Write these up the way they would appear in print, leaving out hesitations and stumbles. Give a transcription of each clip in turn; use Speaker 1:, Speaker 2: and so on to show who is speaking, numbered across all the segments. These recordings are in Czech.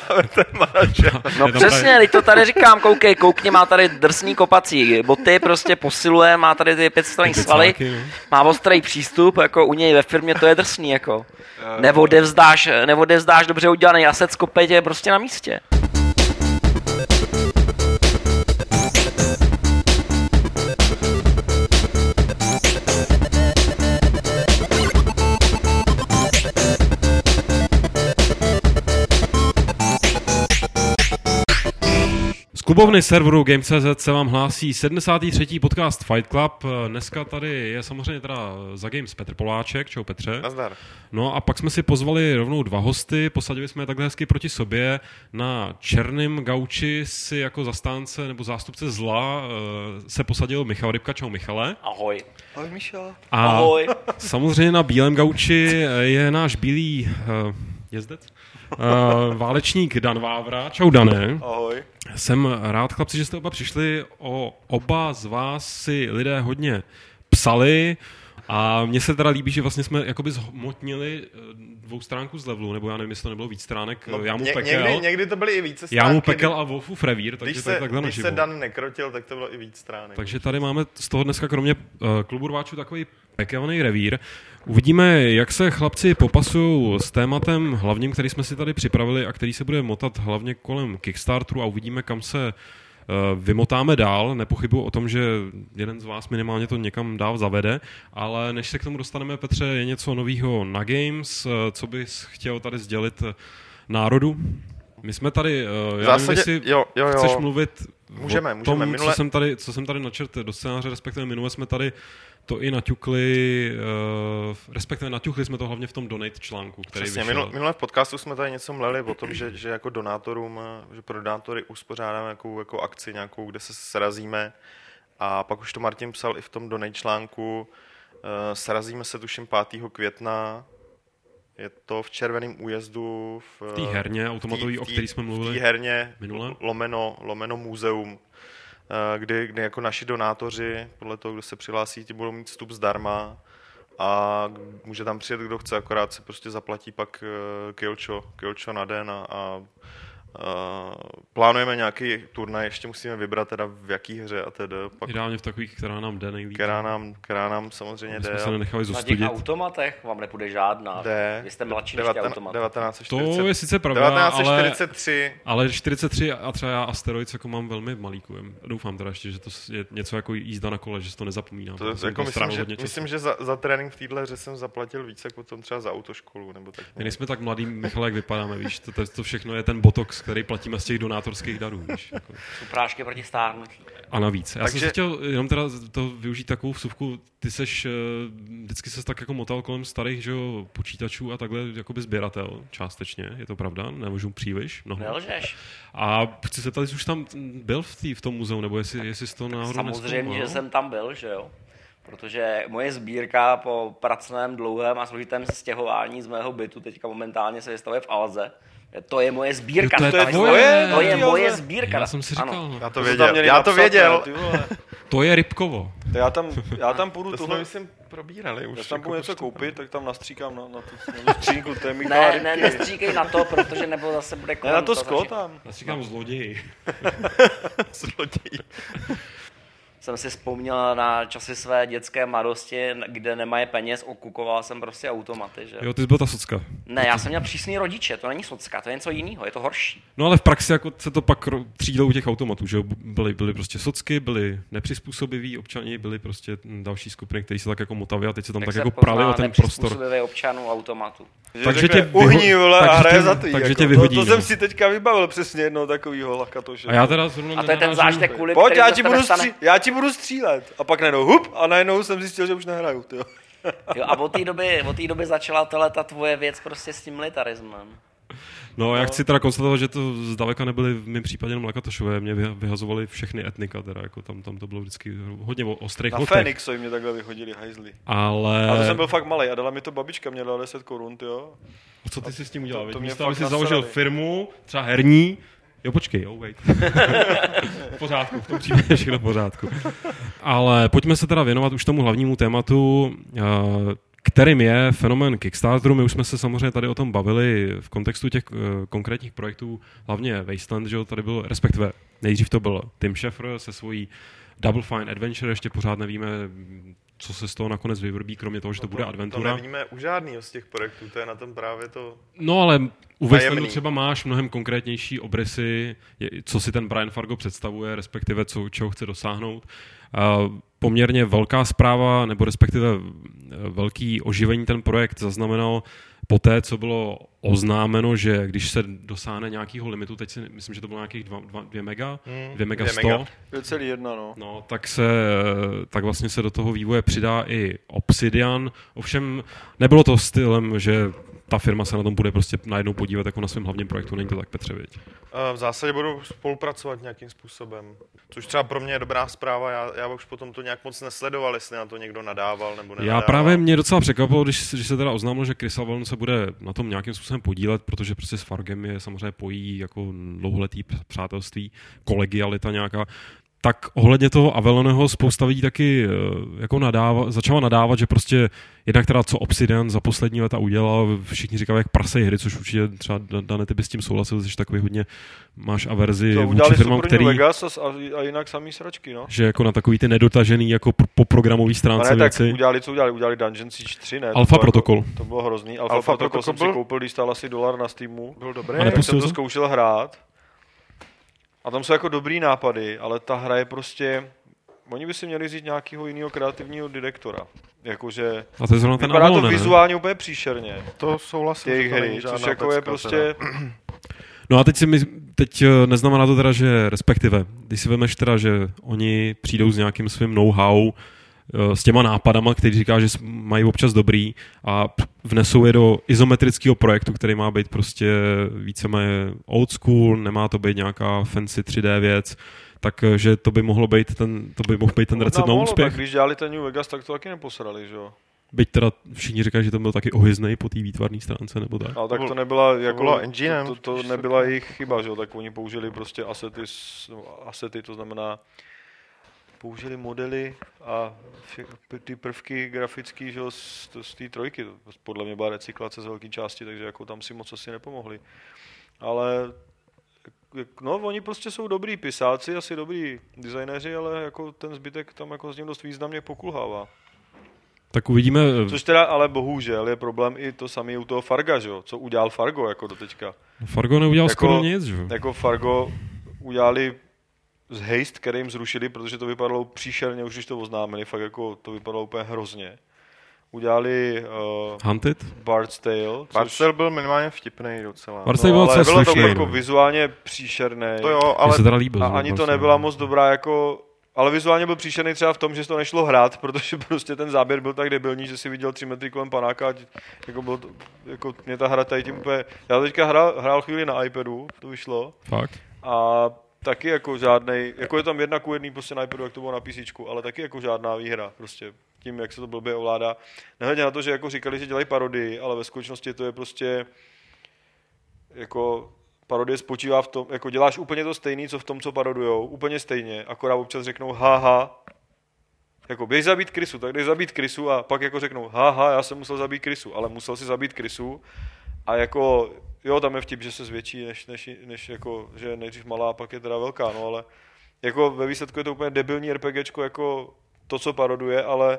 Speaker 1: Ten manažer.
Speaker 2: No přesně, teď to tady říkám, koukni, má tady drsný kopací boty, prostě posiluje, má tady ty 500 svaly, má ostrý přístup, jako u něj ve firmě to je drsný, jako. Neodevzdáš dobře udělaný asset z kopy, je prostě na místě.
Speaker 3: Z klubovny serveru Game.cz se vám hlásí 73. podcast Fight Club. Dneska tady je samozřejmě teda za Games Petr Poláček. Čau Petře.
Speaker 1: Nazdar.
Speaker 3: No a pak jsme si pozvali rovnou dva hosty, posadili jsme je takhle hezky proti sobě. Na černém gauči si jako zastánce nebo zástupce zla se posadil Michal Rybka. Čau Michale.
Speaker 2: Ahoj.
Speaker 1: Ahoj Michal.
Speaker 3: A
Speaker 2: ahoj.
Speaker 3: samozřejmě na bílém gauči je náš bílý jezdec. Válečník Dan Vávra. Čau Dané.
Speaker 1: Ahoj.
Speaker 3: Jsem rád, chlapci, že jste oba přišli. Oba z vás si lidé hodně psali a mně se teda líbí, že vlastně jsme jakoby zhmotnili dvoustránku z levelu, nebo já nevím, jestli to nebylo víc stránek.
Speaker 1: No,
Speaker 3: Jámu Pekel.
Speaker 1: Někdy to byly i více stránky.
Speaker 3: Jámu Pekel a Wolfův revír, takže to je takhle
Speaker 1: Když
Speaker 3: naživo.
Speaker 1: se Dan nekrotil, tak to bylo i víc stránek.
Speaker 3: Takže tady máme z toho dneska kromě klubu rváčů takový pekelný revír. Uvidíme, jak se chlapci popasují s tématem hlavním, který jsme si tady připravili a který se bude motat hlavně kolem Kickstarteru a uvidíme, kam se vymotáme dál. Nepochybuji o tom, že jeden z vás minimálně to někam dál zavede, ale než se k tomu dostaneme, Petře, je něco novýho na Games, co bys chtěl tady sdělit národu? My jsme tady, já nevím, jestli chceš mluvit
Speaker 1: můžeme,
Speaker 3: o tom,
Speaker 1: minule...
Speaker 3: co jsem tady načrtl do scénáře, respektive minule jsme tady to i naťukli, respektive naťukli jsme to hlavně v tom donate článku, který
Speaker 1: vyšel. Minule v podcastu jsme tady něco mleli o tom, že jako donátorům, že pro donátory uspořádáme jako akci nějakou, kde se srazíme a pak už to Martin psal i v tom donate článku, srazíme se tuším 5. května, je to v Červeném újezdu.
Speaker 3: V té herně automatový, o který jsme mluvili.
Speaker 1: V té herně
Speaker 3: minule.
Speaker 1: Lomeno muzeum, kdy jako naši donátoři, podle toho, kdo se přihlásí, ti budou mít vstup zdarma a může tam přijet, kdo chce, akorát se prostě zaplatí pak kilčo na den a plánujeme nějaký turnaj, ještě musíme vybrat teda v jaký hře a tedy.
Speaker 3: Ideálně v takových, která nám jde nejvíc.
Speaker 1: Která nám samozřejmě jde.
Speaker 3: Se nenechali
Speaker 2: na těch automatech vám nepůjde žádná.
Speaker 1: Jde.
Speaker 2: Vy jste mladší než automaty.
Speaker 1: 1940.
Speaker 3: To je sice pravda,
Speaker 1: 1943.
Speaker 3: Ale 43 a třeba já Asteroids jako mám velmi malíku. Doufám teda ještě, že to je něco jako jízda na kole, že si to nezapomínám.
Speaker 1: To jako myslím, že za trénink v téhle hře jsem zaplatil víc jako potom třeba za autoškolu. Nebo tak.
Speaker 3: My nejsme tak mladý, Michale, jak vypadáme, víš. To všechno je ten botox, který platíme z těch donátorských darů, víš. Jako.
Speaker 2: Jsou prášky proti stárnutí.
Speaker 3: A navíc. Já jsem si chtěl jenom teda to využít takovou vsuvku. Ty seš, vždycky ses tak jako motal kolem starých, že jo, počítačů a takhle jakoby sběratel částečně. Je to pravda? Nemůžu příliš.
Speaker 2: Nelžeš.
Speaker 3: A chci se tady, už tam byl v tom muzeu, nebo jestli jsi to náhodou
Speaker 2: samozřejmě, že jsem tam byl, že jo. Protože moje sbírka po pracném, dlouhém a složitém stěhování z mého bytu teďka momentálně se vystavuje v Alze. To je moje sbírka.
Speaker 3: To
Speaker 2: je moje sbírka.
Speaker 3: Já jsem si říkal.
Speaker 2: Ano.
Speaker 1: Já to věděl.
Speaker 3: To je Rybkovo.
Speaker 4: Já tam půjdu
Speaker 1: tohle. Myslím, probírali už.
Speaker 4: Já tam půjdu něco koupit, tak tam nastříkám na tu skřínku. To je
Speaker 2: ne, nestříkej na to, protože nebo zase bude kolem.
Speaker 4: Ne, na to sklo tam.
Speaker 3: Nastříkám zloději.
Speaker 1: Zloději.
Speaker 2: Jsem si vzpomněl na časy své dětské mladosti, kde nemají peněz, okukoval jsem prostě automaty, že?
Speaker 3: Jo, ty jsi byl ta socka.
Speaker 2: Ne, já jsem měl přísný rodiče, to není socka, to je něco jiného, je to horší.
Speaker 3: No ale v praxi jako se to pak třídilo u těch automatů, že byly prostě socky, byly nepřizpůsobiví občani, byly prostě další skupiny, kteří se tak jako motavili a teď se tam tak jako prali o ten prostor.
Speaker 2: Nepřizpůsobiví občanů automatu.
Speaker 3: Takže tě
Speaker 4: uhní, vole, a hraje za to.
Speaker 3: Takže tě vyhodí.
Speaker 4: To jsem si teďka vybavil přesně jednoho takovýho lakatoše.
Speaker 3: A já teda zrovna
Speaker 2: a to je ten zážitek, kvůli
Speaker 4: pojď, já ti budu střílet. A pak najednou hup a najednou jsem zjistil, že už nehraju. Tyjo.
Speaker 2: Jo, a od té doby začala ta tvoje věc prostě s tím militarismem.
Speaker 3: No, já chci teda konstatovat, že to zdaleka nebyly v mém případě jenom lakatošové, mě vyhazovali všechny etnika, teda jako tam to bylo vždycky hodně ostrých
Speaker 4: hotech. Na Fénixovi mě takhle vyhodili hajzli.
Speaker 3: Ale...
Speaker 4: A to jsem byl fakt malej a dala mi to babička, mě dala 10 korun, jo.
Speaker 3: A co ty si s tím udělal?
Speaker 4: To
Speaker 3: místo, aby si založil firmu, třeba herní, jo, počkej, wait. V pořádku, v tom případě všechno v pořádku. Ale pojďme se teda věnovat už tomu hlavnímu tématu, kterým je fenomén Kickstarteru. My už jsme se samozřejmě tady o tom bavili v kontextu těch konkrétních projektů, hlavně Wasteland, že jo, tady byl, respektive nejdřív to byl Tim Schafer se svojí Double Fine Adventure, ještě pořád nevíme, co se z toho nakonec vyvrbí, kromě toho, že to bude adventura.
Speaker 1: To nevíme u žádnýho z těch projektů, to je na tom právě to...
Speaker 3: No ale u Wastelandu třeba máš mnohem konkrétnější obrysy, co si ten Brian Fargo představuje, respektive čeho chce dosáhnout. Poměrně velká zpráva, nebo respektive velký oživení ten projekt zaznamenal poté, co bylo oznámeno, že když se dosáhne nějakého limitu, teď si myslím, že to bylo nějakých 2 mega, 2 mega 100.
Speaker 4: 2,1, no.
Speaker 3: No, tak vlastně se do toho vývoje přidá i Obsidian. Ovšem nebylo to stylem, že ta firma se na tom bude prostě najednou podívat jako na svém hlavním projektu, není to tak, Petře, viď?
Speaker 1: V zásadě budou spolupracovat nějakým způsobem, což třeba pro mě je dobrá zpráva, já už potom to nějak moc nesledoval, jestli na to někdo nadával nebo nenadával.
Speaker 3: Já právě mě docela překvapilo, když se teda oznámilo, že Chris Avellone se bude na tom nějakým způsobem podílet, protože prostě s Fargem je samozřejmě pojí jako dlouholetý přátelství, kolegialita nějaká. Tak ohledně toho Avelloneho spousta lidí taky jako začala nadávat, že prostě jednak teda co Obsidian za poslední leta udělal, všichni říkali jak prasej hry, což určitě třeba Dane, ty by s tím souhlasil, že takový hodně máš averzi vůči firmám, který...
Speaker 4: Vegas a jinak samý sračky, no.
Speaker 3: Že jako na takový ty nedotažený jako po programový stránce
Speaker 4: věci. Tak udělali Dungeon Siege 3, ne?
Speaker 3: Alpha Protocol.
Speaker 4: To bylo hrozný. Alpha Protocol jsem si koupil, když stál asi $1 na Steamu.
Speaker 1: Byl dobrý.
Speaker 3: A
Speaker 4: jsem to zkoušel hrát. A tam jsou jako dobrý nápady, ale ta hra je prostě... Oni by si měli vzít nějakého jiného kreativního direktora. Jakože...
Speaker 3: A to je zrovna ten
Speaker 4: vypadá
Speaker 3: Avellone,
Speaker 4: to vizuálně úplně příšerně.
Speaker 1: To souhlasím.
Speaker 4: Těch hry, což jako je prostě...
Speaker 3: No a teď neznamená to teda, že respektive, když si vemeš teda, že oni přijdou s nějakým svým know-how, s těma nápadama, který říká, že mají občas dobrý a vnesou je do izometrického projektu, který má být prostě víceméně old school, nemá to být nějaká fancy 3D věc, takže to by mohl být ten recept na úspěch.
Speaker 4: Tak když dělali ten New Vegas, tak to taky neposrali, že jo?
Speaker 3: Byť teda všichni říkají, že to byl taky ohyznej po té výtvarné stránce, nebo tak.
Speaker 4: Ale tak to nebyla jako
Speaker 1: enginem,
Speaker 4: to nebyla jejich chyba, že jo? Tak oni použili prostě asety, to znamená použili modely a ty prvky grafické, že jo, z té trojky. Podle mě byla recyklace z velké části, takže jako tam si moc asi nepomohli. Ale no, oni prostě jsou dobrý pisáci, asi dobrý designéři, ale jako ten zbytek tam jako s ním dost významně pokulhává.
Speaker 3: Tak uvidíme.
Speaker 4: Což teda, ale bohužel je problém i to samý u toho Farga, že jo? Co udělal Fargo jako doteďka.
Speaker 3: Fargo neudělal skoro nic, že jo?
Speaker 4: Jako Fargo udělali z Haste, který jim zrušili, protože to vypadalo příšerně, už když to oznámili, fakt jako to vypadalo úplně hrozně. Udělali
Speaker 3: Hunted?
Speaker 4: Bard's Tale.
Speaker 1: Bard's Tale byl minimálně vtipnej docela.
Speaker 3: Bard's Tale byl
Speaker 4: ale bylo to
Speaker 3: slyšný,
Speaker 4: jako vizuálně příšerné.
Speaker 1: To jo, ale
Speaker 3: se teda líbil,
Speaker 4: a ani to nebyla moc dobrá jako... Ale vizuálně byl příšerný třeba v tom, že to nešlo hrát, protože prostě ten záběr byl tak debilní, že si viděl 3 metry kolem panáka, jako bylo to, jako mě ta hra tady tím úplně... Já teďka hrál chvíli na iPadu, to vyšlo.
Speaker 3: Fakt?
Speaker 4: A taky jako žádnej, jako je tam 1:1 prostě na iPadu, jak to bylo na PCčku, ale taky jako žádná výhra, prostě tím, jak se to blbě ovládá. Nehledě na to, že jako říkali, že dělají parodii, ale ve skutečnosti to je prostě jako parodie spočívá v tom, jako děláš úplně to stejný, co v tom, co parodujou, úplně stejně, akorát občas řeknou haha, jako běž zabít krysu, tak jdeš zabít krysu a pak jako řeknou haha, já jsem musel zabít krysu, ale musel si zabít krysu a jako jo, tam je vtip, že se zvětší, než jako, že je nejdřív malá a pak je teda velká, no ale jako ve výsledku je to úplně debilní RPGčko, jako to, co paroduje, ale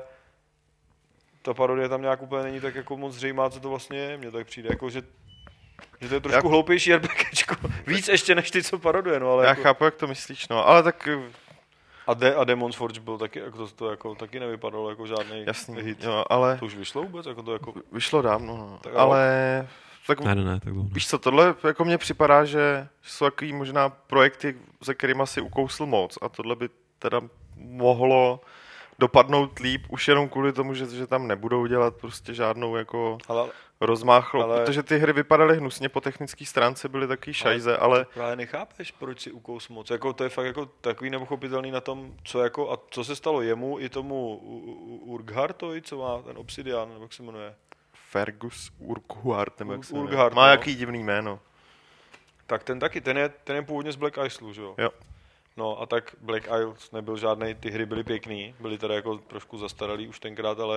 Speaker 4: ta parodie tam nějak úplně není tak jako moc zřejmá, co to vlastně je, mně tak přijde, jako že to je trošku hloupější RPGčko, víc ještě než ty, co paroduje, no ale
Speaker 1: já
Speaker 4: jako...
Speaker 1: chápu, jak to myslíš, no, ale tak...
Speaker 4: A Demon's Forge byl taky, jako to jako taky nevypadalo jako žádný hit.
Speaker 1: Jo, ale...
Speaker 4: To už vyšlo vůbec, jako to jako...
Speaker 1: Vyšlo dávno, no.
Speaker 4: Tak,
Speaker 1: ale... Tak,
Speaker 3: Ne, tak dlouho.
Speaker 1: Víš co, tohle jako mně připadá, že jsou takový možná projekty, se kterými si ukousl moc a tohle by teda mohlo dopadnout líp už jenom kvůli tomu, že tam nebudou dělat prostě žádnou jako rozmáchlou, protože ty hry vypadaly hnusně po technické stránce, byly takový šajze, ale...
Speaker 4: Právě nechápeš, proč si ukous moc, jako to je fakt jako takový nepochopitelný na tom, co jako a co se stalo jemu i tomu Urghartovi, co má ten Obsidian, nebo jak se jmenuje?
Speaker 1: Fergus Urquhart, nebo jak se jmenuje.
Speaker 4: Urquhart,
Speaker 1: má jaký divný jméno.
Speaker 4: Tak ten taky, ten je původně z Black Isle, že jo?
Speaker 1: Jo.
Speaker 4: No a tak Black Isles nebyl žádnej, ty hry byly pěkný, byly teda jako trošku zastaralý už tenkrát, ale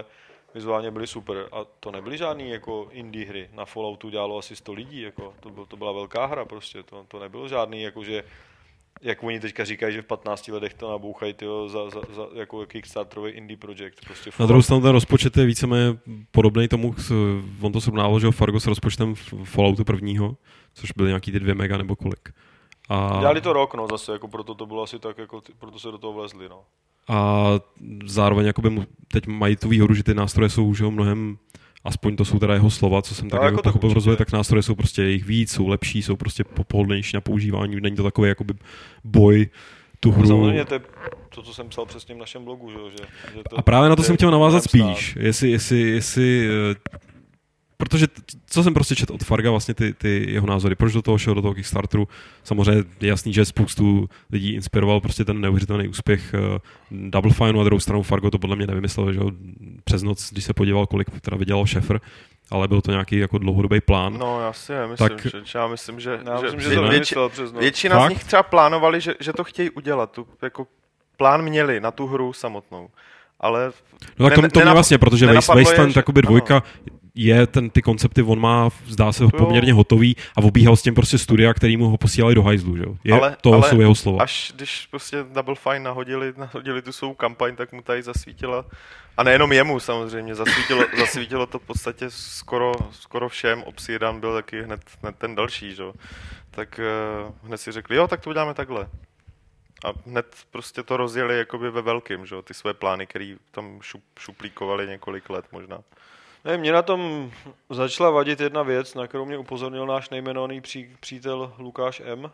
Speaker 4: vizuálně byly super. A to nebyly žádný jako indie hry. Na Falloutu dělalo asi 100 lidí, jako to byla velká hra prostě. To nebylo žádný, jakože jak oni teďka říkají, že v 15 letech to nabouchají za jako Kickstarterový indie projekt. Prostě
Speaker 3: na druhou stranu ten rozpočet je víceméně podobný tomu, on to srovnával, že Fargo s rozpočtem Falloutu prvního, což byly nějaký ty 2 mega nebo kolik. A
Speaker 4: dělali to rok, no zase, jako proto to bylo asi tak, jako proto se do toho vlezli, no.
Speaker 3: A zároveň jakoby teď mají tu výhodu, že ty nástroje jsou už mnohem, aspoň to jsou teda jeho slova, co jsem tak jako pochopil v rozvoji, tak nástroje jsou prostě jejich víc, jsou lepší, jsou prostě pohodlnější na používání, není to takový jakoby boj tu hru.
Speaker 4: Samozřejmě to, co jsem psal přesně v našem blogu, že to,
Speaker 3: a právě na to jsem chtěl navázat spíš, jestli protože co jsem prostě četl od Farga, vlastně ty jeho názory, proč do toho šel, do toho Kickstarteru, samozřejmě je jasný, že spoustu lidí inspiroval prostě ten neuvěřitelný úspěch Double Fine, a druhou stranu Fargo to podle mě nevymyslel, že přes noc, když se podíval, kolik teda vydělal Šefr, ale byl to nějaký jako dlouhodobý plán.
Speaker 1: No já si nemyslím, já myslím, že většina
Speaker 3: Fakt?
Speaker 1: z nich třeba plánovali, že to chtějí udělat, jako plán měli na tu hru samotnou, ale
Speaker 3: no tak to mě vlastně, protože Wasteland jakoby 2 je ty koncepty, on má, zdá se, poměrně hotový a obíhal s tím prostě studia, který mu ho posílali do hajzlu, že? To jsou jeho slova.
Speaker 1: Až když prostě Double Fine nahodili tu svou kampaň, tak mu tady zasvítila, a nejenom jemu samozřejmě, zasvítilo to v podstatě skoro všem, Obsidian byl taky hned ten další, že? Tak hned si řekli, jo, tak to uděláme takhle. A hned prostě to rozjeli jakoby ve velkým, že? Ty své plány, které tam šuplíkovali několik let možná.
Speaker 4: Ne, mě na tom začala vadit jedna věc, na kterou mě upozornil náš nejmenovaný přítel Lukáš M.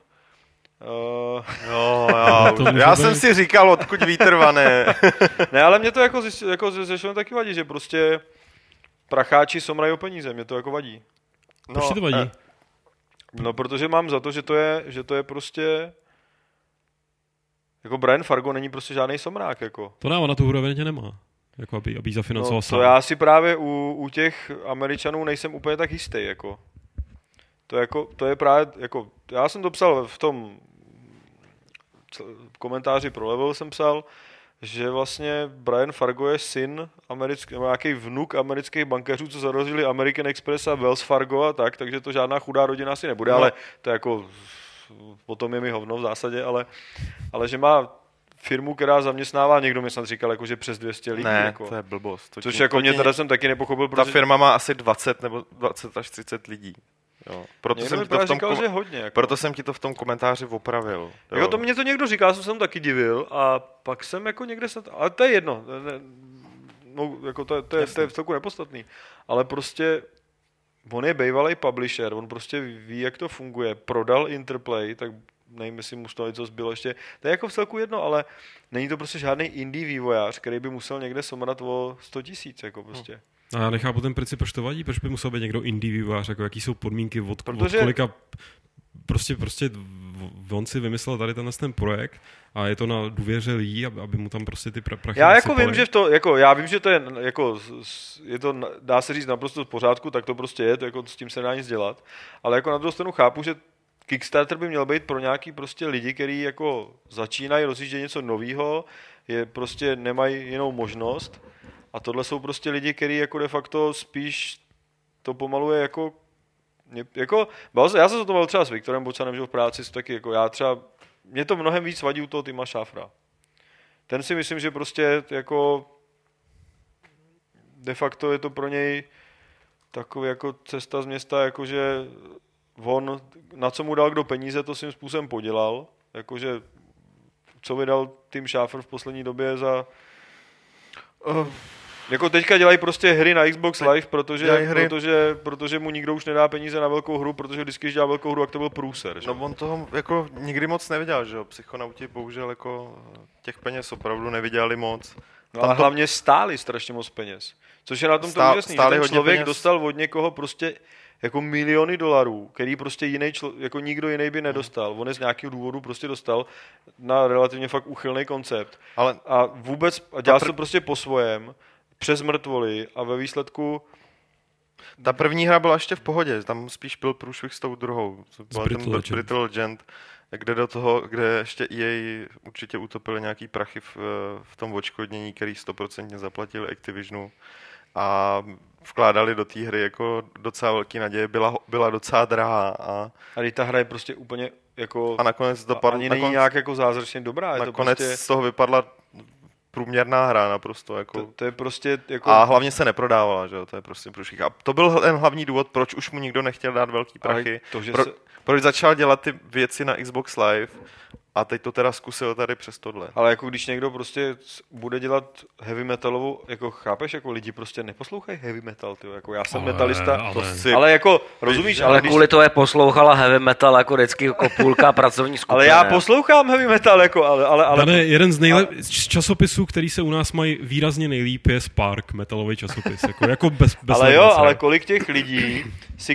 Speaker 1: Já jsem si říkal, odkud vítr vane.
Speaker 4: Ne, ale mě to jako zešlo taky vadí, že prostě pracháči somrají o peníze, mě to jako vadí.
Speaker 3: No, proč to vadí?
Speaker 4: No, protože mám za to, že to je prostě jako Brian Fargo není prostě žádný somrák, jako.
Speaker 3: To dává na tu hru evidentně nemá. Jako aby zafinancoval sám.
Speaker 4: To já si právě u těch Američanů nejsem úplně tak jistý, jako. To je právě, jako, já jsem to psal v tom komentáři pro Level jsem psal, že vlastně Brian Fargo je syn nějaký vnuk amerických bankéřů, co zarazili American Express a Wells Fargo a tak, takže to žádná chudá rodina asi nebude, ale to je jako, potom je mi hovno v zásadě, ale že má firmu, která zaměstnává, někdo mi snad říkal, jako, že přes 200 lidí.
Speaker 1: Ne,
Speaker 4: jako.
Speaker 1: to je blbost.
Speaker 4: Což jako mě teda jsem taky nepochopil,
Speaker 1: protože ta firma má asi 20 nebo 20 až 30 lidí. Jo. Proto jsem ti to v tom komentáři opravil.
Speaker 4: Jo, to mě to někdo říkal, jsem taky divil a pak jsem jako někde ale to je jedno. No, jako to je v celku nepodstatný. Ale prostě on je bývalý publisher, on prostě ví, jak to funguje. Prodal Interplay, tak nevím, jestli mu z toho něco zbylo ještě. To je jako v celku jedno, ale není to prostě žádný indie vývojář, který by musel někde somrat o 100 000, jako prostě.
Speaker 3: A já nechápu ten princip, proč to vadí, proč by musel být někdo indie vývojář, jako jaký jsou podmínky od kolika, prostě on si vymyslel tady ten projekt a je to na důvěře lidí, aby mu tam prostě ty prachy
Speaker 4: já jako vím, že já vím, že to je jako, je to, dá se říct naprosto v pořádku, tak to prostě je, to jako s tím se nedá nic dělat, ale jako na druhou stranu chápu, že Kickstarter by měl být pro nějaký prostě lidi, kteří jako začínají rozjíždět něco nového, prostě nemají jinou možnost. A tohle jsou prostě lidi, kteří jako de facto spíš to pomaluje jako já jsem se to bavil třeba s Viktorem Bočanem, že v práci taky jako mě to mnohem víc vadí u toho Tima Schafera. Ten si myslím, že prostě jako de facto je to pro něj takový jako cesta z města, jakože on, na co mu dal kdo peníze, to svým způsobem podělal. Jakože, co vydal Tim Schafer v poslední době za... Jako teďka dělají prostě hry na Xbox Live, protože mu nikdo už nedá peníze na velkou hru, protože vždycky, když dělal velkou hru, tak to byl průser. Že?
Speaker 1: No on toho jako nikdy moc neviděl, že jo? Psychonauti bohužel jako těch peněz opravdu nevydělali moc.
Speaker 4: No a hlavně stáli strašně moc peněz. Což je na tom to úžasný, že ten člověk dostal od někoho prostě jako miliony dolarů, který prostě jako nikdo jiný by nedostal. On je z nějakého důvodu prostě dostal na relativně fakt úchylný koncept.
Speaker 1: Ale
Speaker 4: a vůbec dělal se to prostě po svojem, přes mrtvoly a ve výsledku...
Speaker 1: Ta první hra byla ještě v pohodě, tam spíš byl průšvih s tou druhou. Brittle Legend, kde ještě EA určitě utopili nějaký prachy v tom odškodnění, který 100% zaplatil Activisionu. a vkládali do té hry jako docela velký naděje, byla docela drahá. A
Speaker 4: ta hra je prostě úplně jako...
Speaker 1: A nakonec
Speaker 4: ani není nějak jako zázračně dobrá.
Speaker 1: Nakonec
Speaker 4: prostě...
Speaker 1: z toho vypadla průměrná hra naprosto. Jako...
Speaker 4: To je prostě jako...
Speaker 1: A hlavně se neprodávala, že jo, to je prostě průšvih. A to byl ten hlavní důvod, proč už mu nikdo nechtěl dát velký prachy. Proč začal dělat ty věci na Xbox Live a teď to teda zkusil tady přes tohle.
Speaker 4: Ale jako když někdo prostě bude dělat heavy metalovou, jako chápeš, jako lidi prostě neposlouchají heavy metal, tyjo, jako já jsem metalista, ale jako rozumíš,
Speaker 2: ale když... kvůli toho je poslouchala heavy metal jako vždycky jako půlka pracovní skupiny.
Speaker 4: Ale já poslouchám heavy metal, jako, ale...
Speaker 3: Dane, jeden z časopisů, který se u nás mají výrazně nejlíp, je Spark, metalový časopis, jako bez
Speaker 4: ale jo, ale kolik těch lidí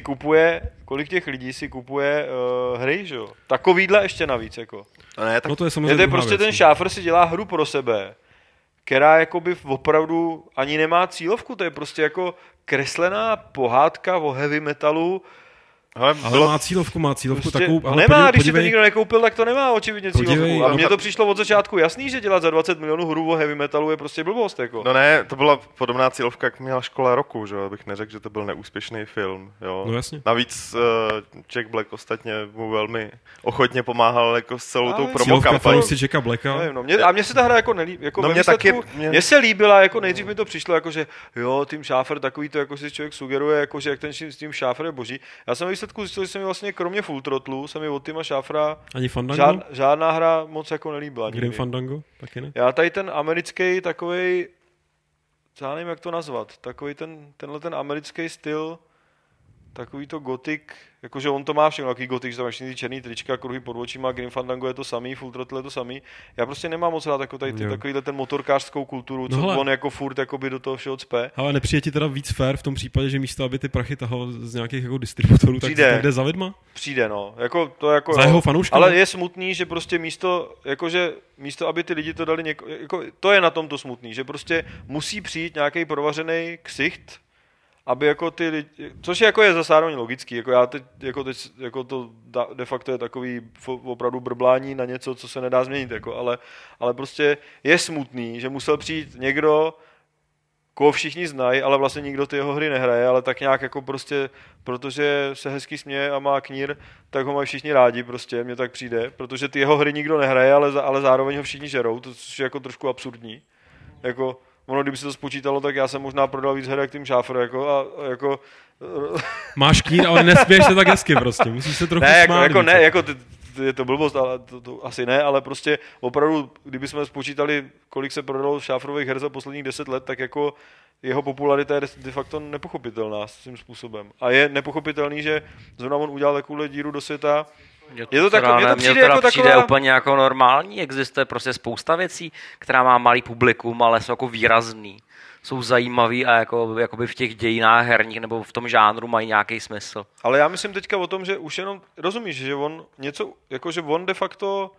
Speaker 4: si kupuje hry, že jo? Takovýhle ještě navíc, jako.
Speaker 1: Ne, tak
Speaker 3: no to je samozřejmě
Speaker 4: prostě ten šáfr si dělá hru pro sebe, která jakoby opravdu ani nemá cílovku, to je prostě jako kreslená pohádka o heavy metalu.
Speaker 3: Ale má cílovku prostě takovou...
Speaker 4: Ale nemá, když si to nikdo nekoupil, tak to nemá očividně cílovku. A mně to přišlo od začátku jasný, že dělat za 20 milionů hru o heavy metalu je prostě blbost. Jako.
Speaker 1: No ne, to byla podobná cílovka, jak měla Škola roku, že abych neřekl, že to byl neúspěšný film. Jo.
Speaker 3: No jasně.
Speaker 1: Navíc Jack Black ostatně mu velmi ochotně pomáhal jako s celou tou promokampaní.
Speaker 3: Si Jacka Blacka.
Speaker 4: A mně se ta hra jako nelíbí. Jako
Speaker 1: no
Speaker 4: mně se líbila, jako nejdřív mi to přišlo, jako že jo, Tim Schafer, takový to, jako si člověk sugeruje, jako že jak ten Tim Schafer je boží. Já jsem výsledku zjistil, že se mi vlastně kromě Full Throttlu se mi od Tima Schafera
Speaker 3: ani Fandango?
Speaker 4: Žádná hra moc jako nelíbila.
Speaker 3: Grim Fandango? Taky ne?
Speaker 4: Já tady ten americký takovej, já nevím jak to nazvat, takový tenhle ten americký styl, takový to gothic, jakože on to má všechno, takový gothic, že tam všechny ty černý trička, kruhy pod očima, Grim Fandango je to samý, Full Throttle je to samý. Já prostě nemám moc rád jako tady takovýhle ten motorkářskou kulturu, co on jako furt jakoby do toho všeho cpe.
Speaker 3: Ale nepřijde ti teda víc fair v tom případě, že místo, aby ty prachy tahal z nějakých jako distributorů, tak jde za lidma?
Speaker 4: Přijde, no. Jako, to jako,
Speaker 3: za jeho fanouškama?
Speaker 4: Ale je smutný, že prostě místo, aby ty lidi to dali jako, to je na tom to smutný, že prostě musí přijít nějaký provařený ksicht, aby jako ty lidi, což jako je zároveň logický, jako já teď jako to de facto je takový opravdu brblání na něco, co se nedá změnit, jako, ale prostě je smutný, že musel přijít někdo, koho všichni znají, ale vlastně nikdo ty jeho hry nehraje, ale tak nějak jako prostě, protože se hezky směje a má knír, tak ho mají všichni rádi prostě, mně tak přijde, protože ty jeho hry nikdo nehraje, ale zároveň ho všichni žerou, to je jako trošku absurdní, jako ono, kdyby se to spočítalo, tak já jsem možná prodal víc her jak Tim Schafer, jako a jako...
Speaker 3: Máš knír, ale nespěješ se tak hezky prostě, musíš se trochu smát.
Speaker 4: Je to blbost, ale to asi ne, ale prostě opravdu, kdybychom spočítali, kolik se prodalo Schaferových her za posledních 10 let, tak jako jeho popularita je de facto nepochopitelná svým způsobem. A je nepochopitelný, že zrovna on udělal takovou díru do světa. Je to takové, mně to přijde jako
Speaker 2: přijde úplně jako normální, existuje prostě spousta věcí, která má malý publikum, ale jsou jako výrazný. Jsou zajímavý a jakoby v těch dějinách herních nebo v tom žánru mají nějaký smysl.
Speaker 4: Ale já myslím teďka o tom, že už jenom, rozumíš, že on něco, jakože on de facto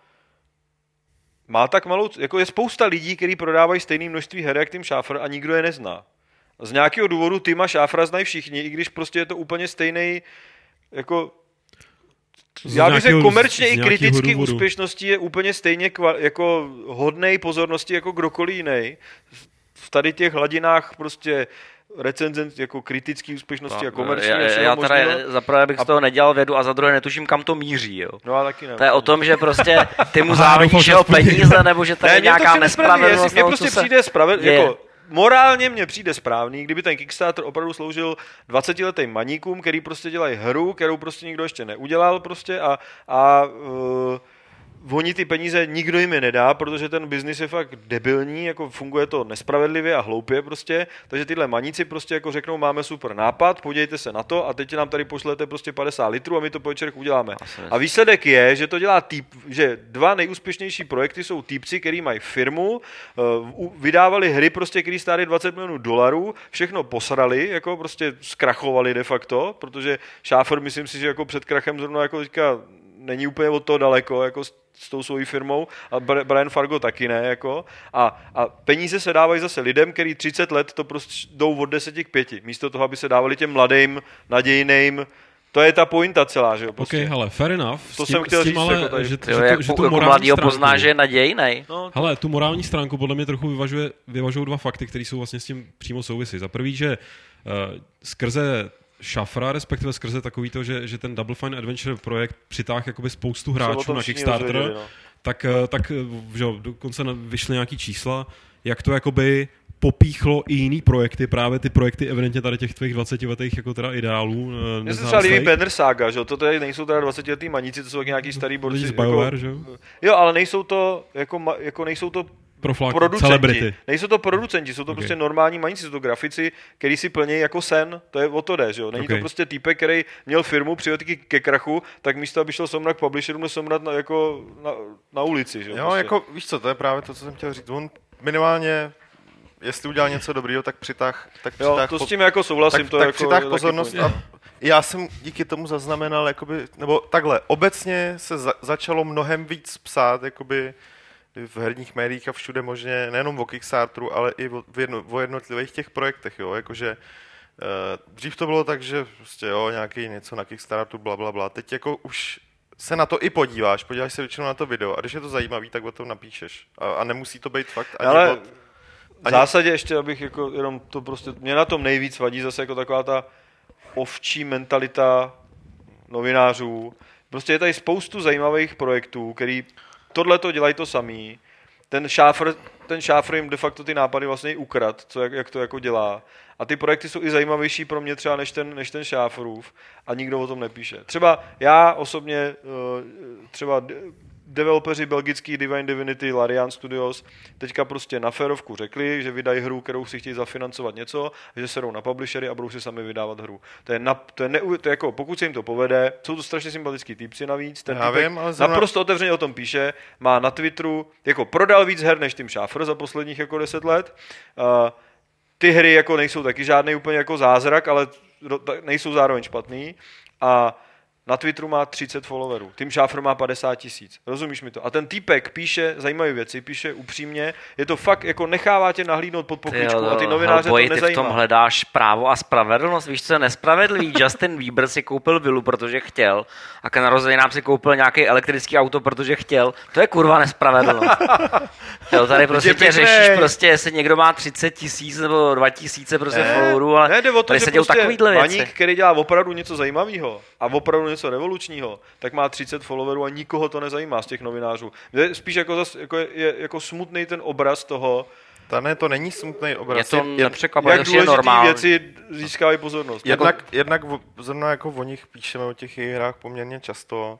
Speaker 4: má tak malou, jako je spousta lidí, kteří prodávají stejné množství her jak Tim Schafer a nikdo je nezná. Z nějakého důvodu Tima Schafera znají všichni, i když prostě je to úplně stejný, jako já bych řekl komerčně i kriticky úspěšností je úplně stejně jako hodnej pozornosti jako kdokoliv jiný. V tady těch hladinách prostě recenzent jako kritický úspěšnosti a komerční.
Speaker 2: Já teda za prvé bych z toho nedělal vědu a za druhé netuším, kam to míří. Jo.
Speaker 4: No a taky ne.
Speaker 2: To je o tom, že prostě ty mu závidíš jeho peníze, nebo že tady je nějaká nespravedlnost.
Speaker 4: Mně prostě přijde jako morálně mně přijde správný, kdyby ten Kickstarter opravdu sloužil 20letým maníkům, který prostě dělají hru, kterou prostě nikdo ještě neudělal prostě a oni ty peníze nikdo jim je nedá, protože ten biznis je fakt debilní, jako funguje to nespravedlivě a hloupě prostě, takže tyhle maníci prostě jako řeknou, máme super nápad, podívejte se na to a teď nám tady pošlete prostě 50 litrů a my to po večerech uděláme. A výsledek je, že to dělá že dva nejúspěšnější projekty jsou týpci, který mají firmu, vydávali hry prostě, který stály $20 milionů, všechno posrali, jako prostě zkrachovali de facto, protože Schafer, myslím si, že jako před krachem zrovna jako teďka není úplně od toho daleko, jako s tou svojí firmou a Brian Fargo taky ne, jako a peníze se dávají zase lidem, který 30 let to prostě jdou od 10 k 5, místo toho, aby se dávali těm mladým, nadějným To je ta pointa celá, že jo? Prostě.
Speaker 3: OK, hele, fair enough.
Speaker 4: To jsem chtěl říct,
Speaker 3: ale,
Speaker 4: jako tady.
Speaker 3: že
Speaker 2: Jako
Speaker 3: tu morální
Speaker 2: mladýho
Speaker 3: stránku,
Speaker 2: pozná, že je nadějnej.
Speaker 4: No,
Speaker 3: hele, tu morální stránku podle mě trochu vyvažují dva fakty, které jsou vlastně s tím přímo souvisí. Za prvý, že skrze šafra, respektive skrze takový to, že ten Double Fine Adventure projekt přitáhl jakoby spoustu hráčů na Kickstarter,
Speaker 4: rozvěděli, no.
Speaker 3: tak že jo, dokonce vyšly nějaký čísla, jak to jakoby popíchlo i jiný projekty, právě ty projekty evidentně tady těch tvých 20letých jako teda ideálů.
Speaker 4: Mně se třeba líbí Banner Saga, že jo, to tady nejsou teda 20letý maníci, to jsou nějaký starý borci.
Speaker 3: Z BioWare, že jo?
Speaker 4: Jo, ale nejsou to, jako nejsou to producenti. Nejsou to producenti, jsou to prostě normální maníci, jsou to grafici, který si plní jako sen, to je o to jde, že jo. Není to prostě týpek, který měl firmu, přijel ke krachu, tak místo, aby šel somrat k publisherům, somrat na ulici, že jo.
Speaker 1: Jo,
Speaker 4: prostě.
Speaker 1: jako víš co, to je právě to, co jsem chtěl říct. On minimálně, jestli udělal něco dobrýho, tak přitáh
Speaker 4: to s tím jako souhlasím.
Speaker 1: Tak
Speaker 4: jako,
Speaker 1: přitáh pozornost a já jsem díky tomu zaznamenal, jakoby, nebo takhle, obecně se začalo mnohem víc psát, jakoby, v herních médiích a všude možně, nejenom o Kickstarteru, ale i o jednotlivých těch projektech, jo, jakože dřív to bylo tak, že prostě jo, nějaký něco na Kickstarteru, blablabla, teď jako už se na to i podíváš se většinou na to video a když je to zajímavý, tak o tom napíšeš a nemusí to být fakt ani
Speaker 4: ale v zásadě ještě, abych jako jenom to prostě, mě na tom nejvíc vadí zase jako taková ta ovčí mentalita novinářů, prostě je tady spoustu zajímavých projektů, který tohle to dělají to samý. Ten šáfr jim de facto ty nápady vlastně ukrad, jak to jako dělá. A ty projekty jsou i zajímavější pro mě třeba než ten šáfrův a nikdo o tom nepíše. Třeba já osobně, třeba developeři belgický Divine Divinity, Larian Studios, teďka prostě na férovku řekli, že vydají hru, kterou si chtějí zafinancovat něco, že se jdou na publishery a budou si sami vydávat hru. To je jako, pokud se jim to povede, jsou to strašně sympatický týpci navíc, ten týpek naprosto otevřeně o tom píše, má na Twitteru, jako prodal víc her než Tim Schafer za posledních jako 10 let, ty hry jako nejsou taky žádný úplně jako zázrak, ale nejsou zároveň špatný a na Twitteru má 30 followerů, Tim Schafer má 50 000, rozumíš mi to? A ten týpek píše zajímavé věci, píše upřímně, je to fakt, jako nechává tě nahlídnout pod pokličku a ty novináře to nezajímá.
Speaker 2: Ty v tom hledáš právo a spravedlnost, víš, co je nespravedlivý? Justin Bieber si koupil vilu, protože chtěl a k narozeninám si koupil nějaký elektrický auto, protože chtěl. To je kurva nespravedlnost. Jo, tady prostě tě řešíš, prostě, jestli někdo má 30 000 nebo 2 000 prostě followerů, ale
Speaker 4: jde o to,
Speaker 2: tady se dějou
Speaker 4: prostě
Speaker 2: takovýhle věci.
Speaker 4: Maník, který dělá opravdu něco zajímavého a opravdu něco revolučního, tak má 30 followerů a nikoho to nezajímá z těch novinářů. Spíš je jako smutný ten obraz toho.
Speaker 1: To není smutný obraz.
Speaker 2: Je to nepřekvapuje,
Speaker 4: jak důležitý věci získávají pozornost.
Speaker 1: Jednak zrovna jako o nich píšeme o těch hrách poměrně často.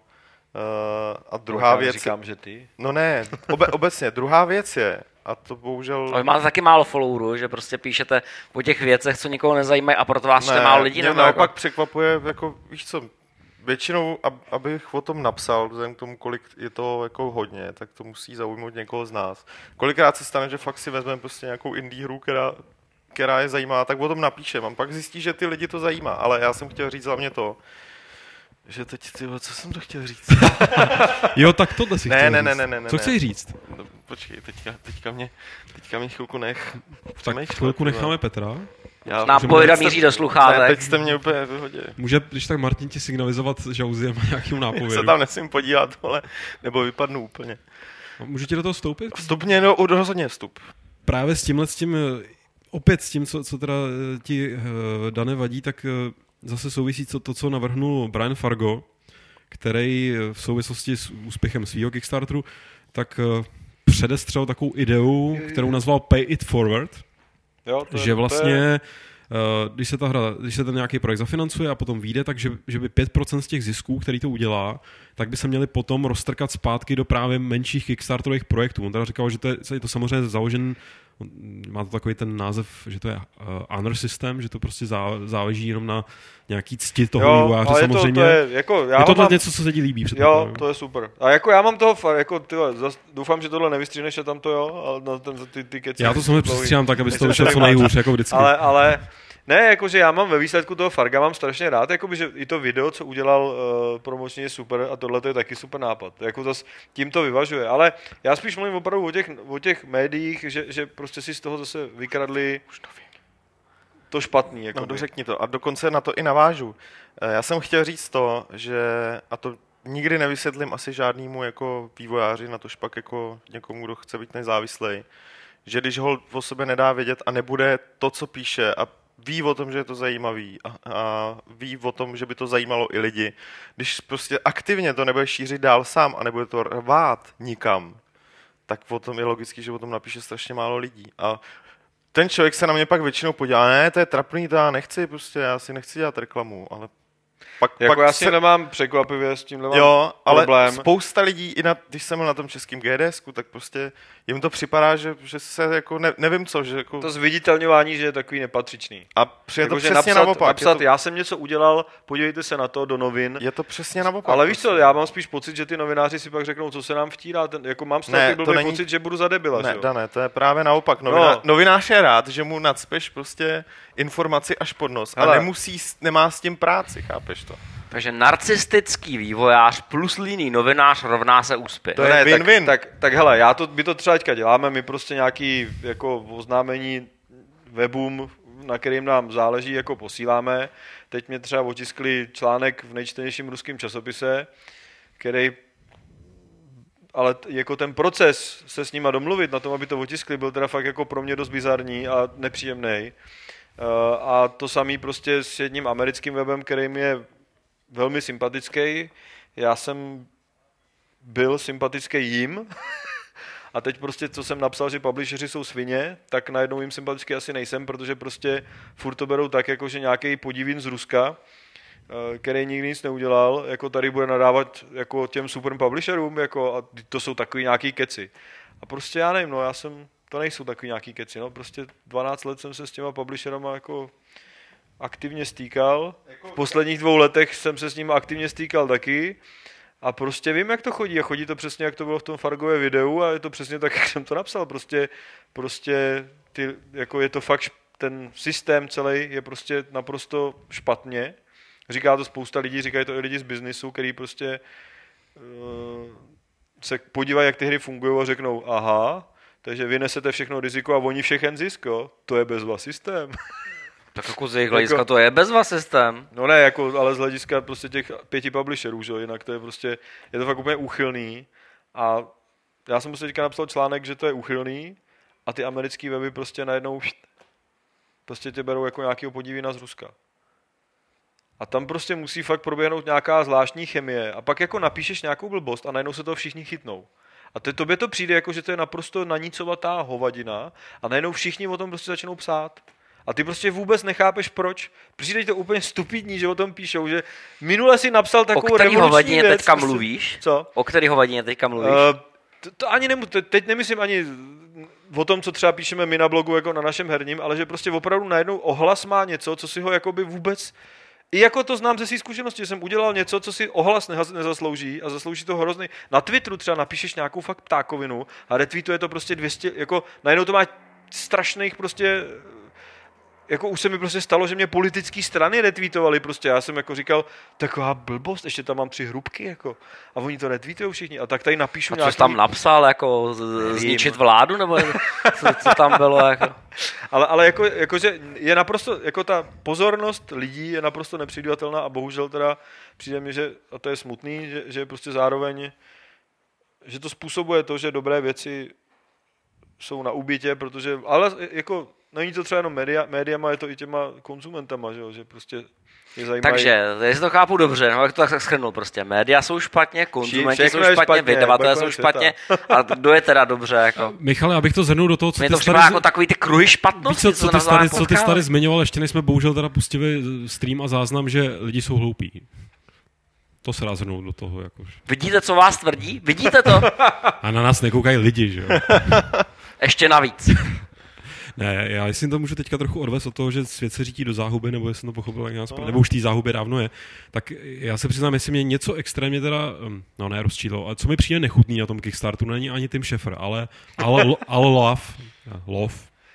Speaker 1: A druhá věc...
Speaker 4: Říkám, že ty?
Speaker 1: No ne, obecně. Druhá věc je, a to bohužel...
Speaker 2: Ale máte taky málo followerů, že prostě píšete o těch věcech, co nikoho nezajímají a proto vás čte málo lidí.
Speaker 1: Mě naopak překvapuje, jako víš co, většinou, abych o tom napsal, vzhledem k tomu, kolik je to jako hodně, tak to musí zaujmout někoho z nás. Kolikrát se stane, že fakt si vezmeme prostě nějakou indie hru, která je zajímá, tak o tom napíšem. A pak zjistí, že ty lidi to zajímá. Ale já jsem chtěl říct hlavně to, že teď, co jsem to chtěl říct?
Speaker 3: Jo, tak tohle si chtěl říct.
Speaker 1: Ne.
Speaker 3: Co chceš říct?
Speaker 1: No, počkej, teďka mě chvilku
Speaker 3: Tak chvilku necháme Petra.
Speaker 2: Nápojda míří do sluchátek.
Speaker 1: Ne, teď jste mě úplně vyhodili.
Speaker 3: Může, když tak Martin ti signalizovat žauziem a nějakým nápovědu.
Speaker 1: Se tam nesmím podívat, nebo vypadnu úplně.
Speaker 3: Můžu ti do toho vstoupit?
Speaker 1: Vstupně, no rozhodně vstup.
Speaker 3: Právě s tím, opět s tím, co teda ti Dane vadí, tak zase souvisí to, co navrhnul Brian Fargo, který v souvislosti s úspěchem svého Kickstarteru, tak předestřel takovou ideu, kterou nazval Pay It Forward,
Speaker 4: jo,
Speaker 3: že vlastně, když se ten nějaký projekt zafinancuje a potom vyjde, takže že by 5% z těch zisků, který to udělá, tak by se měli potom roztrkat zpátky do právě menších Kickstarterových projektů. On teda říkal, že je to samozřejmě založen, má to takový ten název, že to je honor system, že to prostě záleží jenom na nějaký cti toho vývojáře samozřejmě.
Speaker 4: Je to
Speaker 3: něco, co se ti líbí.
Speaker 4: Jo, to je super. A jako já mám toho, jako doufám, že tohle nevystříhneš, že tam to jo, ale ty keci.
Speaker 3: Já to samozřejmě přestříhám tak, aby to vyšlo co nejhůř, jako vždycky.
Speaker 4: Ale ne, jakože já mám ve výsledku toho Farga mám strašně rád, jakoby, že i to video, co udělal promočně, je super a tohle je taky super nápad. Jako tím to vyvažuje. Ale já spíš mluvím opravdu o těch médiích, že prostě si z toho zase vykradli. to špatný. Jako
Speaker 1: no, dořekni to. A dokonce na to i navážu. Já jsem chtěl říct to, že, a to nikdy nevysvětlím asi žádnému jako vývojáři, na to špak jako někomu, kdo chce být nezávislej, že když ho o sobě nedá vědět a nebude to, co píše a ví o tom, že je to zajímavý a ví o tom, že by to zajímalo i lidi, když prostě aktivně to nebude šířit dál sám a nebude to rvát nikam, tak potom je logický, že o tom napíše strašně málo lidí. A ten člověk se na mě pak většinou podívá, ne, to je trapný, to já nechci, prostě já si nechci dělat reklamu, ale pak
Speaker 4: já si nemám překvapivě, s tímhle mám
Speaker 1: problém. Ale
Speaker 4: problém.
Speaker 1: Spousta lidí, když jsem byl na tom českém GDSku, tak prostě jim to připadá, že se jako nevím co, že jako...
Speaker 4: To zviditelňování, že je takový nepatřičný.
Speaker 1: A je to přesně naopak.
Speaker 4: Napsat, já jsem něco udělal, podívejte se na to do novin.
Speaker 1: Je to přesně naopak.
Speaker 4: Ale víš co, já mám spíš pocit, že ty novináři si pak řeknou, co se nám vtírá. Jako mám stejný blbý pocit, že budu za debila.
Speaker 1: Ne, Dané, to je právě naopak. Novinář je rád, že mu nacpeš prostě informaci až pod nos. A nemá s tím práci, chápeš to?
Speaker 2: Takže narcistický vývojář plus líný novinář rovná se úspěch.
Speaker 1: To je win-win.
Speaker 4: Tak hele, my to třeba teďka děláme, my prostě nějaký jako oznámení webům, na kterým nám záleží, jako posíláme. Teď mě třeba otiskli článek v nejčtenějším ruském časopise, který, ale jako ten proces se s nima domluvit na tom, aby to otiskli, byl teda fakt jako pro mě dost bizarní a nepříjemný. A to samý prostě s jedním americkým webem, který mi je velmi sympatický. Já jsem byl sympatický jim a teď prostě, co jsem napsal, že publisheri jsou svině, tak najednou jim sympatický asi nejsem, protože prostě furt to berou tak, jako že nějaký podivín z Ruska, který nikdy nic neudělal, jako tady bude nadávat jako těm super publisherům, jako, a to jsou takový nějaký keci. A prostě já nevím, to nejsou takový nějaký keci, no, prostě 12 let jsem se s těma publisherama jako aktivně stýkal. V posledních 2 letech jsem se s ním aktivně stýkal taky a prostě vím, jak to chodí a chodí to přesně, jak to bylo v tom Fargově videu a je to přesně tak, jak jsem to napsal. Prostě jako je to fakt, ten systém celý je prostě naprosto špatně. Říká to spousta lidí, říkají to i lidi z biznisu, který prostě se podívají, jak ty hry fungují a řeknou, aha, takže vy nesete všechno riziko a oni všechen zisk, to je bezva systém.
Speaker 2: Tak jako z jejich hlediska to je bezva systém.
Speaker 4: No ne, jako, ale z hlediska prostě těch 5 publisherů, že? Jinak to je prostě, je to fakt úplně úchylný. A já jsem prostě teďka napsal článek, že to je úchylný a ty americký weby prostě najednou prostě tě berou jako nějakýho podívína z Ruska. A tam prostě musí fakt proběhnout nějaká zvláštní chemie a pak jako napíšeš nějakou blbost a najednou se toho všichni chytnou. A tobě to přijde jako, že to je naprosto nanícovatá hovadina a najednou všichni o tom prostě začnou psát. A ty prostě vůbec nechápeš proč. Přijde to úplně stupidní, že o tom píšou, že minule si napsal takovou revoluční věc.
Speaker 2: Teďka mluvíš?
Speaker 4: Co?
Speaker 2: O který hovadině teďka mluvíš?
Speaker 4: To ani teď nemyslím ani o tom, co třeba píšeme my na blogu jako na našem herním, ale že prostě opravdu najednou ohlas má něco, co si ho jakoby vůbec... I jako to znám ze svých zkušeností, že jsem udělal něco, co si ohlas nezaslouží a zaslouží to hrozný. Na Twitteru třeba napíšeš nějakou fakt ptákovinu a retweetuje to prostě 200, jako najednou to má strašných prostě... Jako už se mi prostě stalo, že mě politické strany retweetovali prostě. Já jsem jako říkal, taková blbost, ještě tam mám 3 hrubky, jako. A oni to retweetujou všichni. A tak tady napíšu nějaký...
Speaker 2: A co jsi tam napsal, jako zničit vládu, nebo co tam bylo, jako?
Speaker 4: Ale jako, že je naprosto, jako ta pozornost lidí je naprosto nepředvídatelná a bohužel teda přijde mi, že, a to je smutný, že prostě zároveň, že to způsobuje to, že dobré věci jsou na úbytě, protože, ale jako není to třeba jenom médiama, je to i těma konzumentama, že prostě je zajímají.
Speaker 2: Takže, jestli to chápu dobře, no jak to tak shrnul prostě, média jsou špatně, konzumenti jsou špatně, vydavatelé jsou špatně a kdo je teda dobře, jako.
Speaker 3: Michale, abych to zhrnul do toho, co
Speaker 2: ty tady... jako takový ty kruhy špatnosti,
Speaker 3: víš, co ty tady zmiňoval, ještě než jsme bohužel teda pustili stream a záznam, že lidi jsou hloupí. To se dá zhrnout do toho, jakož.
Speaker 2: Vidíte, co vás tvrdí? Vidíte to?
Speaker 3: A na nás nekoukají lidi, že jo?
Speaker 2: Ještě navíc.
Speaker 3: Ne, já jestli to můžu teďka trochu odvést od toho, že svět se řítí do záhuby, nebo jestli to pochopil, jak nás, nebo už té záhuby dávno je, tak já se přiznám, jestli mě něco extrémně teda, no ne rozčílo, ale co mi přijde nechutný na tom Kickstarteru, není ani Tim Schafer, ale Love.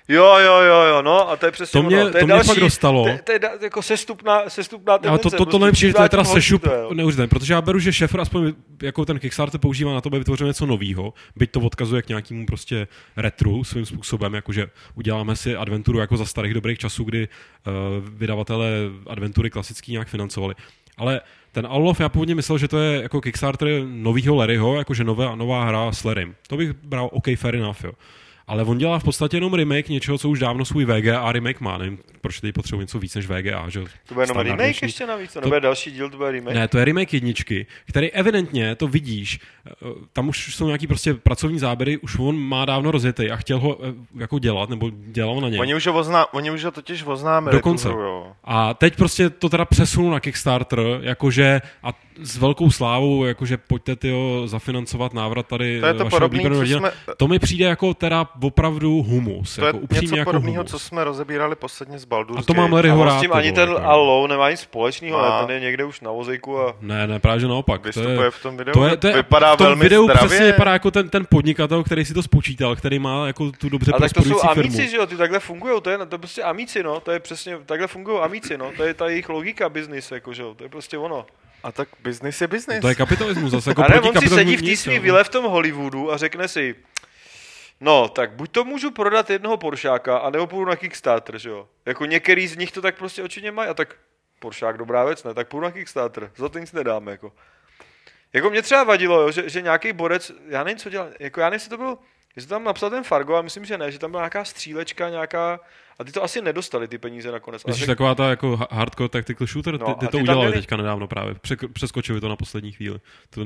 Speaker 4: Jo, no a to je přesně
Speaker 3: To mě,
Speaker 4: ono. To je
Speaker 3: to mě fakt dostalo.
Speaker 4: To je jako sestupná tendence.
Speaker 3: A to nepřijde, to je teda sešup
Speaker 4: neuvěřitelné,
Speaker 3: neuvěřitelné, protože já beru, že Schaeffer aspoň jako ten Kickstarter používá na to, aby vytvořil něco novýho, byť to odkazuje k nějakému prostě retru svým způsobem, jakože uděláme si adventuru jako za starých dobrých časů, kdy vydavatelé adventury klasický nějak financovali. Ale ten Allov, já původně myslel, že to je jako Kickstarter novýho Larryho, jakože nová hra s Larrym. To bych bral OK, fair enough, jo. Ale on dělá v podstatě jenom remake něčeho, co už dávno svůj VGA remake má. Nevím, proč teď potřebuje něco víc než VGA, že?
Speaker 4: To bude jenom remake ještě navíc, to nebude další díl, to bude remake?
Speaker 3: Ne, to je remake jedničky, který evidentně, to vidíš, tam už jsou nějaký prostě pracovní záběry, už on má dávno rozjetý a chtěl ho jako dělat, nebo dělal na něm.
Speaker 1: Oni už ho totiž oznámili.
Speaker 3: Dokonce. A teď prostě to teda přesunul na Kickstarter, jakože a s velkou slávou, jakože pojďte tyjo zafinancovat návrat tady
Speaker 1: to je to
Speaker 3: vašeho oblíbeného díla. To mi přijde jako teda opravdu humus.
Speaker 1: To
Speaker 3: jako
Speaker 1: je
Speaker 3: upřímně
Speaker 1: něco
Speaker 3: jako
Speaker 1: podobného,
Speaker 3: humus.
Speaker 1: co jsme rozebírali posledně s Baldur's
Speaker 3: A to mám Larryho rád.
Speaker 4: S tím ani ten Allow nemá nic společného, ale ten je někde už na vozejku a...
Speaker 3: Ne, právě že naopak.
Speaker 1: Vystupuje v tom videu,
Speaker 3: to je
Speaker 1: vypadá
Speaker 3: v tom
Speaker 1: velmi
Speaker 3: videu
Speaker 1: zdravě.
Speaker 3: přesně vypadá jako ten podnikatel, který si to spočítal, který má jako tu dobře prosperující firmu.
Speaker 4: Ale tak to jsou amíci, že jo, ty takhle fungujou, to je prostě amíci, no, to je přesně, takhle fungují amíci, no, to je ta jejich logika business, jako, že jo, to je prostě ono.
Speaker 1: A tak business je business.
Speaker 3: To je kapitalismus zase, jako
Speaker 4: a ne,
Speaker 3: proti
Speaker 4: on si
Speaker 3: kapitalismu
Speaker 4: sedí v té
Speaker 3: nic,
Speaker 4: svý
Speaker 3: jo.
Speaker 4: vile v tom Hollywoodu a řekne si, no, tak buď to můžu prodat jednoho Poršáka, anebo půjdu na Kickstarter, že jo. Jako některý z nich to tak prostě očině mají, a tak Poršák dobrá věc, ne, tak půjdu na Kickstarter, za to nic nedáme, jako. Jako mě třeba vadilo, jo, že nějaký borec, já nevím, co dělal, jako já nevím, jestli to bylo, jestli tam napsal ten Fargo, a myslím, že ne, že tam byla nějaká střílečka, nějaká, a ty to asi nedostali, ty peníze nakonec.
Speaker 3: Myslíš taková ta jako hardcore tactical shooter?
Speaker 4: No,
Speaker 3: ty
Speaker 4: a
Speaker 3: to
Speaker 4: ty
Speaker 3: udělali
Speaker 4: tam měli-
Speaker 3: teďka nedávno právě. Přeskočili to na poslední chvíli.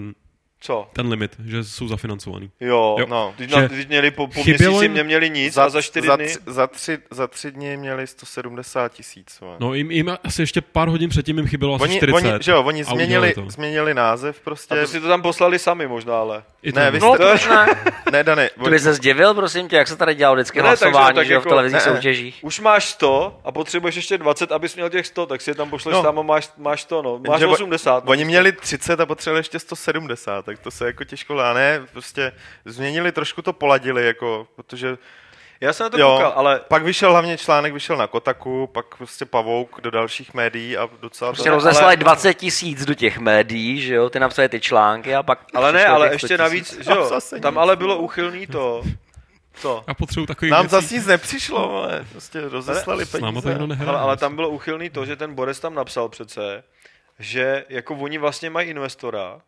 Speaker 4: Co?
Speaker 3: Ten limit, že jsou zafinancovaný.
Speaker 4: Jo,
Speaker 3: Jo.
Speaker 4: no,
Speaker 3: Že
Speaker 4: když měli po
Speaker 3: chybělo
Speaker 4: měsíci
Speaker 3: jim-
Speaker 4: neměli nic a za 4 dny...
Speaker 1: Za 3 dny měli 170 000.
Speaker 3: No jim asi ještě pár hodin předtím jim chybělo asi 40.
Speaker 1: Oni
Speaker 3: a udělali to.
Speaker 1: změnili název prostě.
Speaker 4: A to si to tam poslali sami možná, ale...
Speaker 3: I to
Speaker 1: Ne,
Speaker 3: ne,
Speaker 1: vy
Speaker 2: No,
Speaker 1: jste-
Speaker 2: proč ne?
Speaker 1: Ne, Dany,
Speaker 2: Ty bys se zdivil, prosím tě, jak se tady dělalo vždycky
Speaker 4: Ne, takže
Speaker 2: hlasování,
Speaker 4: tak
Speaker 2: že jo, v
Speaker 4: jako-
Speaker 2: televizních
Speaker 1: ne.
Speaker 2: soutěžích.
Speaker 4: Už máš 100 a potřebuješ ještě 20, abys měl těch 100, tak si je tam pošleš
Speaker 1: No.
Speaker 4: tam a máš 100, no. Máš
Speaker 1: Jenže
Speaker 4: 80.
Speaker 1: Oni měli 30 a potřebovali ještě 170, tak to se jako těžko dá. Ne, prostě změnili, trošku to poladili, jako, protože
Speaker 4: Já jsem na to koukal, ale...
Speaker 1: pak vyšel hlavně článek, vyšel na Kotaku, pak prostě Pavouk do dalších médií a docela
Speaker 2: Prostě
Speaker 1: to...
Speaker 2: rozeslali 20 000 do těch médií, že jo, ty napsali ty články a pak...
Speaker 4: Ale ne,
Speaker 2: přišlo
Speaker 4: ale
Speaker 2: těch 100
Speaker 4: ještě
Speaker 2: 000.
Speaker 4: navíc, že jo,
Speaker 1: Zase
Speaker 4: tam
Speaker 1: nic.
Speaker 4: ale bylo uchylný to... Co?
Speaker 3: A potřebuji takový
Speaker 1: Nám
Speaker 3: věcí.
Speaker 1: zase nic nepřišlo, ale prostě rozeslali
Speaker 3: S náma to
Speaker 1: peníze.
Speaker 3: někdo nehraje.
Speaker 4: Ale tam bylo uchylný to, že ten Borec tam napsal přece, že jako oni vlastně mají investora,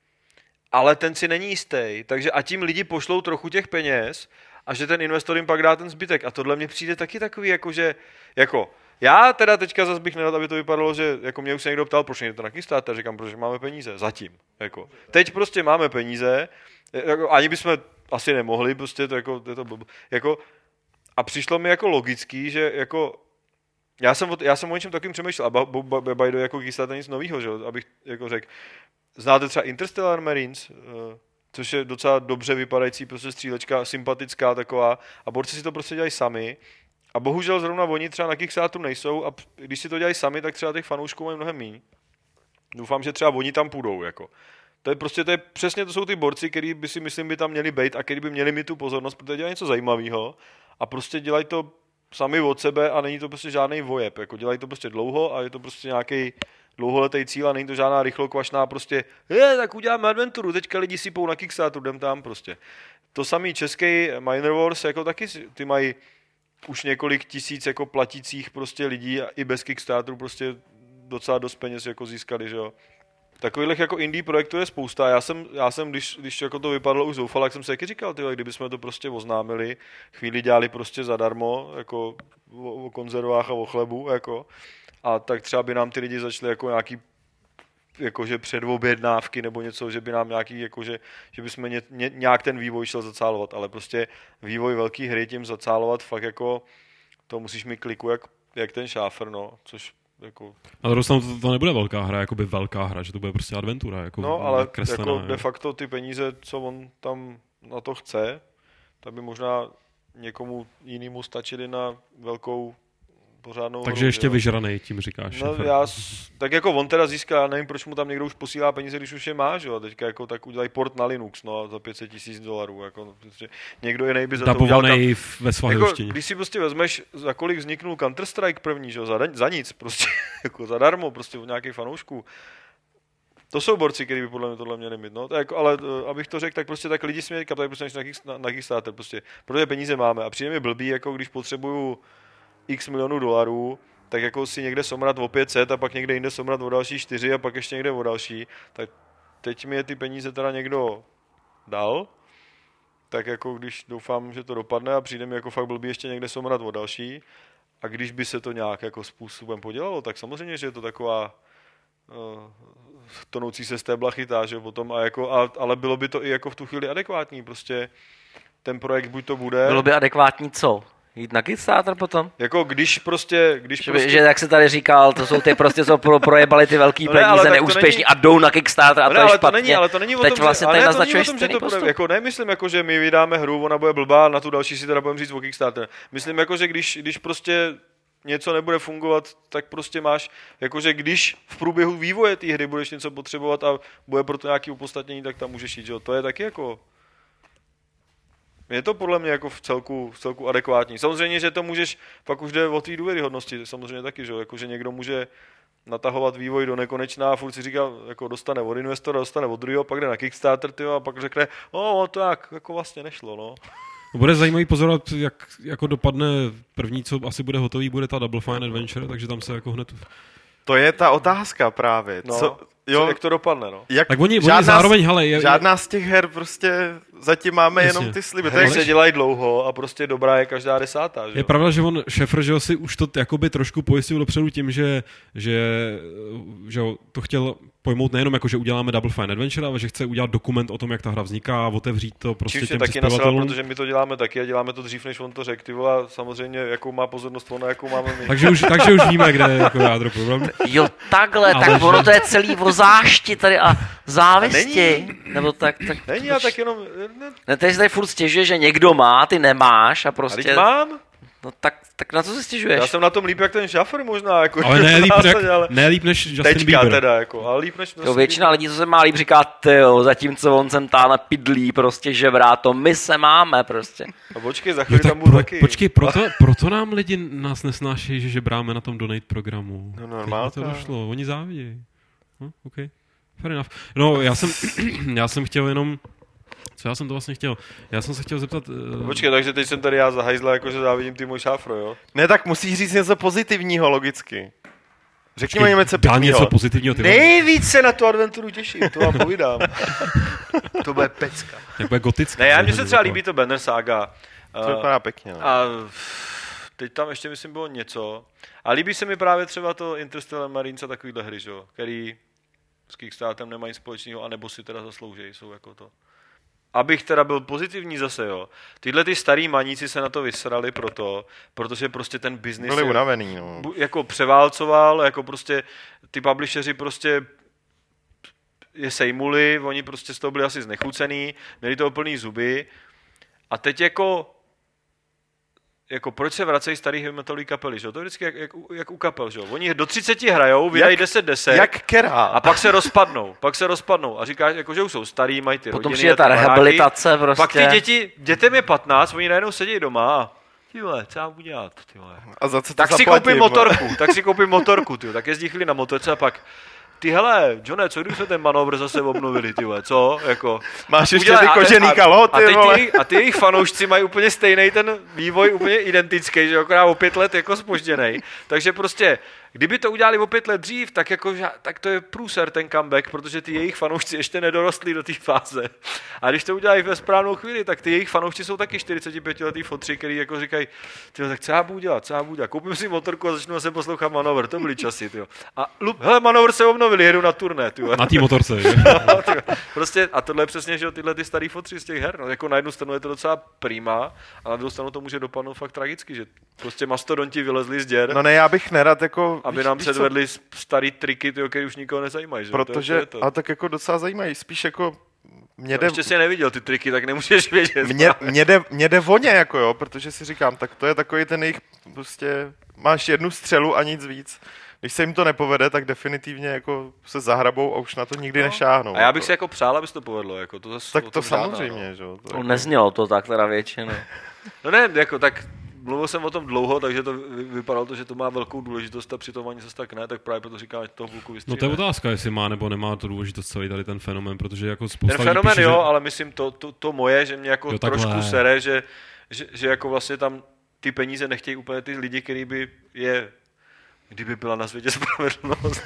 Speaker 4: ale ten si není jistý, takže a tím lidi pošlou trochu těch peněz a že ten investor jim pak dá ten zbytek. A tohle mně přijde taky takový, jako že, jako, já teda teďka zase bych nedal, aby to vypadalo, že jako mě už se někdo ptal, proč nejde to na Kickstarter, říkám, protože máme peníze, zatím, jako. Teď prostě máme peníze, jako, ani bychom asi nemohli, prostě to jako, a přišlo mi jako logický, že jako já jsem o něčem takovým přemýšlel a by the way, jako Kickstarter nic novýho, že jo, abych jako řekl. Znáte třeba Interstellar Marines, což je docela dobře vypadající prostě střílečka, sympatická taková a borci si to prostě dělají sami a bohužel zrovna oni třeba na Kickstarteru nejsou a když si to dělají sami, tak třeba těch fanoušků mají mnohem míň. Doufám, že třeba oni tam půjdou, jako. To je přesně to jsou ty borci, který by si myslím by tam měli být a který by měli mít tu pozornost, protože dělají něco zajímavého a prostě dělají to sami od sebe a není to prostě žádný vojeb, jako dělají to prostě dlouho a je to prostě nějaký dlouholetý cíl a není to žádná rychlokvašná prostě tak uděláme adventuru, teďka lidi sypou na Kickstarteru, jdem tam prostě. To samý český Minor Wars, jako taky ty mají už několik tisíc jako platících prostě lidí a i bez Kickstarteru prostě docela dost peněz jako získali, že jo. Takových jako indie projektů je spousta. Já jsem když jako to vypadalo už zoufalo, jak jsem si taky říkal, kdybychom to prostě oznámili, chvíli dělali prostě zadarmo, jako o konzervách a o chlebu, jako. A tak třeba by nám ty lidi začali jako nějaký jakože předobjednávky nebo něco, že by nám nějaký, jakože, že bychom nějak ten vývoj šel zacálovat, ale prostě vývoj velký hry tím zacálovat fakt jako, to musíš mi kliku jak ten Schäfer, no, což jako...
Speaker 3: A to nebude velká hra, jakoby velká hra, že to bude prostě adventura, jako
Speaker 4: no, ale
Speaker 3: kreslená,
Speaker 4: jako de facto ty peníze, co on tam na to chce, tak by možná někomu jinému stačili na velkou pořádnou
Speaker 3: Takže
Speaker 4: hru,
Speaker 3: ještě
Speaker 4: jo.
Speaker 3: vyžranej, tím říkáš.
Speaker 4: No,
Speaker 3: šéfe.
Speaker 4: tak jako on teda získá, nevím, proč mu tam někdo už posílá peníze, když už je má, že jo, teďka jako tak udělají port na Linux, no, za $500,000, jako prostě někdo jiný by za to udělal
Speaker 3: Dabovaný ve
Speaker 4: jako,
Speaker 3: svahilštině.
Speaker 4: když si prostě vezmeš, za kolik vzniknul Counter-Strike první, že jo, za nic, prostě, jako zadarmo, prostě u nějakých fanoušků. To jsou borci, kteří by podle mě tohle měli mít, no. Tak jako, ale abych to řekl, tak prostě tak lidi si mě kaptají prostě na Kickstarter, prostě, protože peníze máme a přijde mi blbý, jako když potřebuju x milionů dolarů, tak jako si někde somrat o 500 a pak někde jinde somrat o další 4 a pak ještě někde o další, tak teď mi je ty peníze teda někdo dal, tak jako když doufám, že to dopadne a přijde mi jako fakt blbý ještě někde somrat o další a když by se to nějak jako způsobem podělalo, tak samozřejmě, že je to taková tonoucí se stébla chytá, že potom ale bylo by to i jako v tu chvíli adekvátní, prostě ten projekt buď to bude...
Speaker 2: Bylo by adekvátní co? Jít na Kickstarter potom?
Speaker 4: Jako když prostě...
Speaker 2: Že jak se tady říkal, to jsou ty prostě, co projebali ty velký peníze neúspěšní a jdou na Kickstarter a to je špatně.
Speaker 4: Ale to není o
Speaker 2: teď
Speaker 4: tom,
Speaker 2: vlastně tady naznačuješ stejný postup.
Speaker 4: Jako nemyslím, jako, že my vydáme hru, ona bude blbá, na tu další si teda budeme říct o Kickstarter. Myslím, jako, že když prostě něco nebude fungovat, tak prostě máš, jakože když v průběhu vývoje té hry budeš něco potřebovat a bude pro to nějaké opodstatnění, tak tam můžeš jít, že jo. To je taky jako... Je to podle mě jako v celku adekvátní. Samozřejmě, že to můžeš, pak už jde o té důvěryhodnosti, samozřejmě taky, že jo, jako, že někdo může natahovat vývoj do nekonečna a furt si říká, jako dostane od investora, dostane od druhého, pak jde na Kickstarter, tyjo, a pak řekne, to jako vlastně nešlo, no.
Speaker 3: Bude zajímavý pozorovat, jak jako dopadne první, co asi bude hotový, bude ta Double Fine Adventure, takže tam se jako hned...
Speaker 1: To je ta otázka právě.
Speaker 4: No, jak to dopadne, no.
Speaker 3: Tak oni zároveň, hele...
Speaker 1: Žádná z těch her prostě zatím máme
Speaker 3: Jasně.
Speaker 1: jenom ty sliby.
Speaker 4: Hry se dělají dlouho a prostě dobrá je každá 10. Že?
Speaker 3: Je pravda, že on, Šefr, že si už to jakoby trošku pojistil dopředu tím, že to chtěl pojmout nejenom jako, že uděláme Double Fine Adventure, ale že chce udělat dokument o tom, jak ta hra vzniká a otevřít to prostě těm
Speaker 4: taky nasral, protože my to děláme taky a děláme to dřív, než on to řekl. Ty vole, samozřejmě, jakou má pozornost ona, jakou máme my.
Speaker 3: takže už víme, kde je jako jádro problém.
Speaker 2: Jo, takhle, ale tak ono to je celý o zášti tady a závisti. Nebo tak.
Speaker 4: Není, a tak jenom...
Speaker 2: Ne, teď se tady furt stěžuje, že někdo má, ty nemáš a prostě...
Speaker 4: A teď mám?
Speaker 2: No tak na co se stěžuješ?
Speaker 4: Já jsem na tom líp jak ten Schaffer možná. Jako,
Speaker 3: ale ne líp než Justin Bieber.
Speaker 4: Teda, jako, ale líp než...
Speaker 2: Jo, většina lidí, co se má líp, říká, tyjo, zatímco on sem táhle pidlí, prostě žebrá to, my se máme prostě.
Speaker 4: A počkej, za chvíli tam budu taky.
Speaker 3: Počkej, proto nám lidi nás nesnášejí, že žebráme na tom donate programu.
Speaker 1: No normálně.
Speaker 3: To došlo, oni závidějí. OK, fair enough. No, já jsem chtěl jenom... Co já jsem to vlastně chtěl? Já jsem se chtěl zeptat...
Speaker 4: Počkej, takže teď jsem tady já za hajzla, jakože závidím ty můj Schaffer, jo?
Speaker 1: Ne, tak musíš říct něco pozitivního, logicky. Řekni mi něco
Speaker 3: pěkného. Dá něco pozitivního.
Speaker 4: Nejvíc se na tu adventuru těším, to vám povídám. To bude pecka.
Speaker 3: Jak bude gotická.
Speaker 4: Ne, mně se třeba líbí to Banner Saga.
Speaker 1: To vypadá pěkně. No.
Speaker 4: A teď tam ještě, myslím, bylo něco. A líbí se mi právě třeba to Interstellar Marines a takovýhle hry, že? Který s Kickstarterem nemají společného, anebo si teda zasloužejí, jsou jako to. Abych teda byl pozitivní zase, jo. Tyhle ty starý maníci se na to vysrali protože prostě ten biznis
Speaker 1: byli unavený, no.
Speaker 4: Jako převálcoval, jako prostě ty publisheri prostě je sejmuli, oni prostě z toho byli asi znechucený, měli toho plný zuby a teď jako proč se vracejí starý heavy metalový kapely, že? To je vždycky jak u kapel, že? Oni do 30 hrajou, vydají 10 desek.
Speaker 1: Jak Kera.
Speaker 4: A pak se rozpadnou. A říkáš, jako, že už jsou starý, mají ty rodiny.
Speaker 2: Potom přijde ta rehabilitace prostě.
Speaker 4: Pak ty dětem je 15, oni najednou sedí doma a ty vole, co mám udělat, ty vole.
Speaker 1: A za co to
Speaker 4: tak si koupím motorku, ty, tak jezdí chvíli na motorce a pak ty hele, Johne, co když jsme ten manovr zase obnovili, ty vole, co? Jako,
Speaker 1: máš ještě ty kožený kalhoty, vole.
Speaker 4: A ty jejich fanoušci mají úplně stejný ten vývoj, úplně identický, že akorát o 5 let jako zpožděnej. Takže prostě, kdyby to udělali o 5 let dřív, tak to je průser ten comeback, protože ty jejich fanoušci ještě nedorostli do té fáze. A když to udělají ve správnou chvíli, tak ty jejich fanoušci jsou taky 45letý fotři, který jako říkají, tak co já budu dělat? Koupím si motorku a začnu se poslouchat Manowar, to byly časy, tyjo. A hele, Manowar se obnovili, jedu na turné, tyjo.
Speaker 3: Na té motorce, že?
Speaker 4: Prostě, a tohle je přesně, že tyhle ty starý fotři z těch her, no, jako na jednu stranu je to docela prima, a na druhou stranu to může dopadnout fakt tragicky, že prostě mastodonti vylezli z děr.
Speaker 1: No ne, já bych nerad jako
Speaker 4: aby nám předvedli starý triky, které už nikoho nezajímají. Že?
Speaker 1: Protože, a tak jako docela zajímají, spíš jako
Speaker 4: Ještě jsi neviděl ty triky, tak nemůžeš vědět.
Speaker 1: Mě jde o ně, jako jo, protože si říkám, tak to je takový ten jejich, prostě máš jednu střelu a nic víc. Když se jim to nepovede, tak definitivně jako se zahrabou a už na to nikdy nešáhnou.
Speaker 4: A já bych si jako přál, aby se to povedlo. Jako to zase,
Speaker 1: tak to samozřejmě, že jo.
Speaker 2: Jako... Neznělo to tak teda většinou.
Speaker 4: No ne, jako tak mluvil jsem o tom dlouho, takže to vypadalo to, že to má velkou důležitost a přitom ani zase tak ne, tak právě proto říkám, že toho Vulku vystřílíme.
Speaker 3: No to je otázka, jestli má nebo nemá to důležitost celý tady ten fenomén, protože jako spousta
Speaker 4: ten fenomén
Speaker 3: píše,
Speaker 4: jo,
Speaker 3: že...
Speaker 4: ale myslím to moje, že mě jako trošku sere, že jako vlastně tam ty peníze nechtějí úplně ty lidi, který by kdyby byla na světě spravedlnost.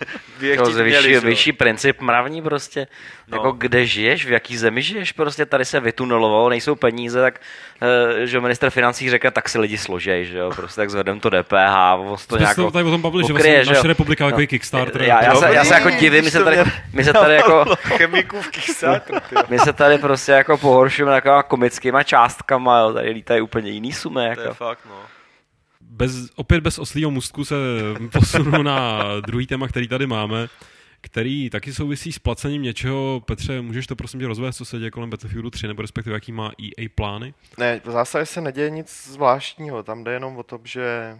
Speaker 2: Vyšší princip mravní prostě. No. Jako kde žiješ, v jaký zemi žiješ, prostě tady se vytunelovalo, nejsou peníze, tak že ministr financí řekne, tak si lidi složej, že jo, prostě tak zvedem to DPH, to nějako
Speaker 3: tady o tom bavili, že vlastně naše republika jako Kickstarter.
Speaker 2: Já se jako divím, my se tady jako
Speaker 4: chemiků v Kickstarter.
Speaker 2: My se tady prostě jako pohoršujeme taková komickýma částkama, jo, tady lítají úplně jiný sumy. Jako.
Speaker 4: To je fakt, no.
Speaker 3: Opět bez oslího můstku se posunu na druhý téma, který tady máme, který taky souvisí s placením něčeho. Petře, můžeš to prosím tě rozvést, co se děje kolem Battlefieldu 3, nebo respektive jaký má EA plány?
Speaker 1: Ne, v zásadě se neděje nic zvláštního, tam jde jenom o to, že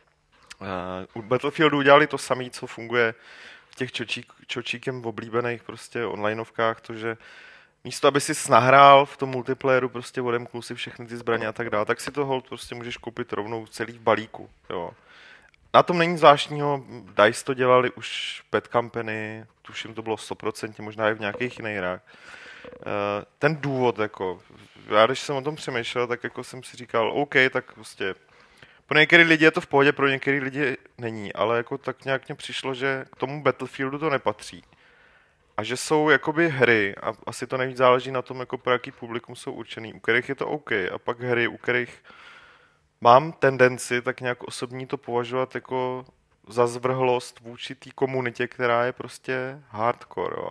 Speaker 1: u Battlefieldu udělali to samé, co funguje v těch čočíkem oblíbených prostě onlineovkách, to, že místo, aby si nahrál v tom multiplayeru, prostě odemknul si všechny ty zbraně a tak dále, tak si to hold prostě můžeš koupit rovnou celý v balíku. Jo. Na tom není zvláštního, DICE to dělali už Bad Company, tuším to bylo 100%, možná i v nějakých jiných hrách. Ten důvod, jako, já když jsem o tom přemýšlel, tak jako jsem si říkal, OK, tak prostě pro některé lidi je to v pohodě, pro některé lidi není, ale jako tak nějak mě přišlo, že k tomu Battlefieldu to nepatří. A že jsou jakoby hry, a asi to nejvíc záleží na tom, jako pro jaký publikum jsou určený, u kterých je to OK, a pak hry, u kterých mám tendenci tak nějak osobní to považovat jako za zvrhlost vůči té komunitě, která je prostě hardcore. Jo.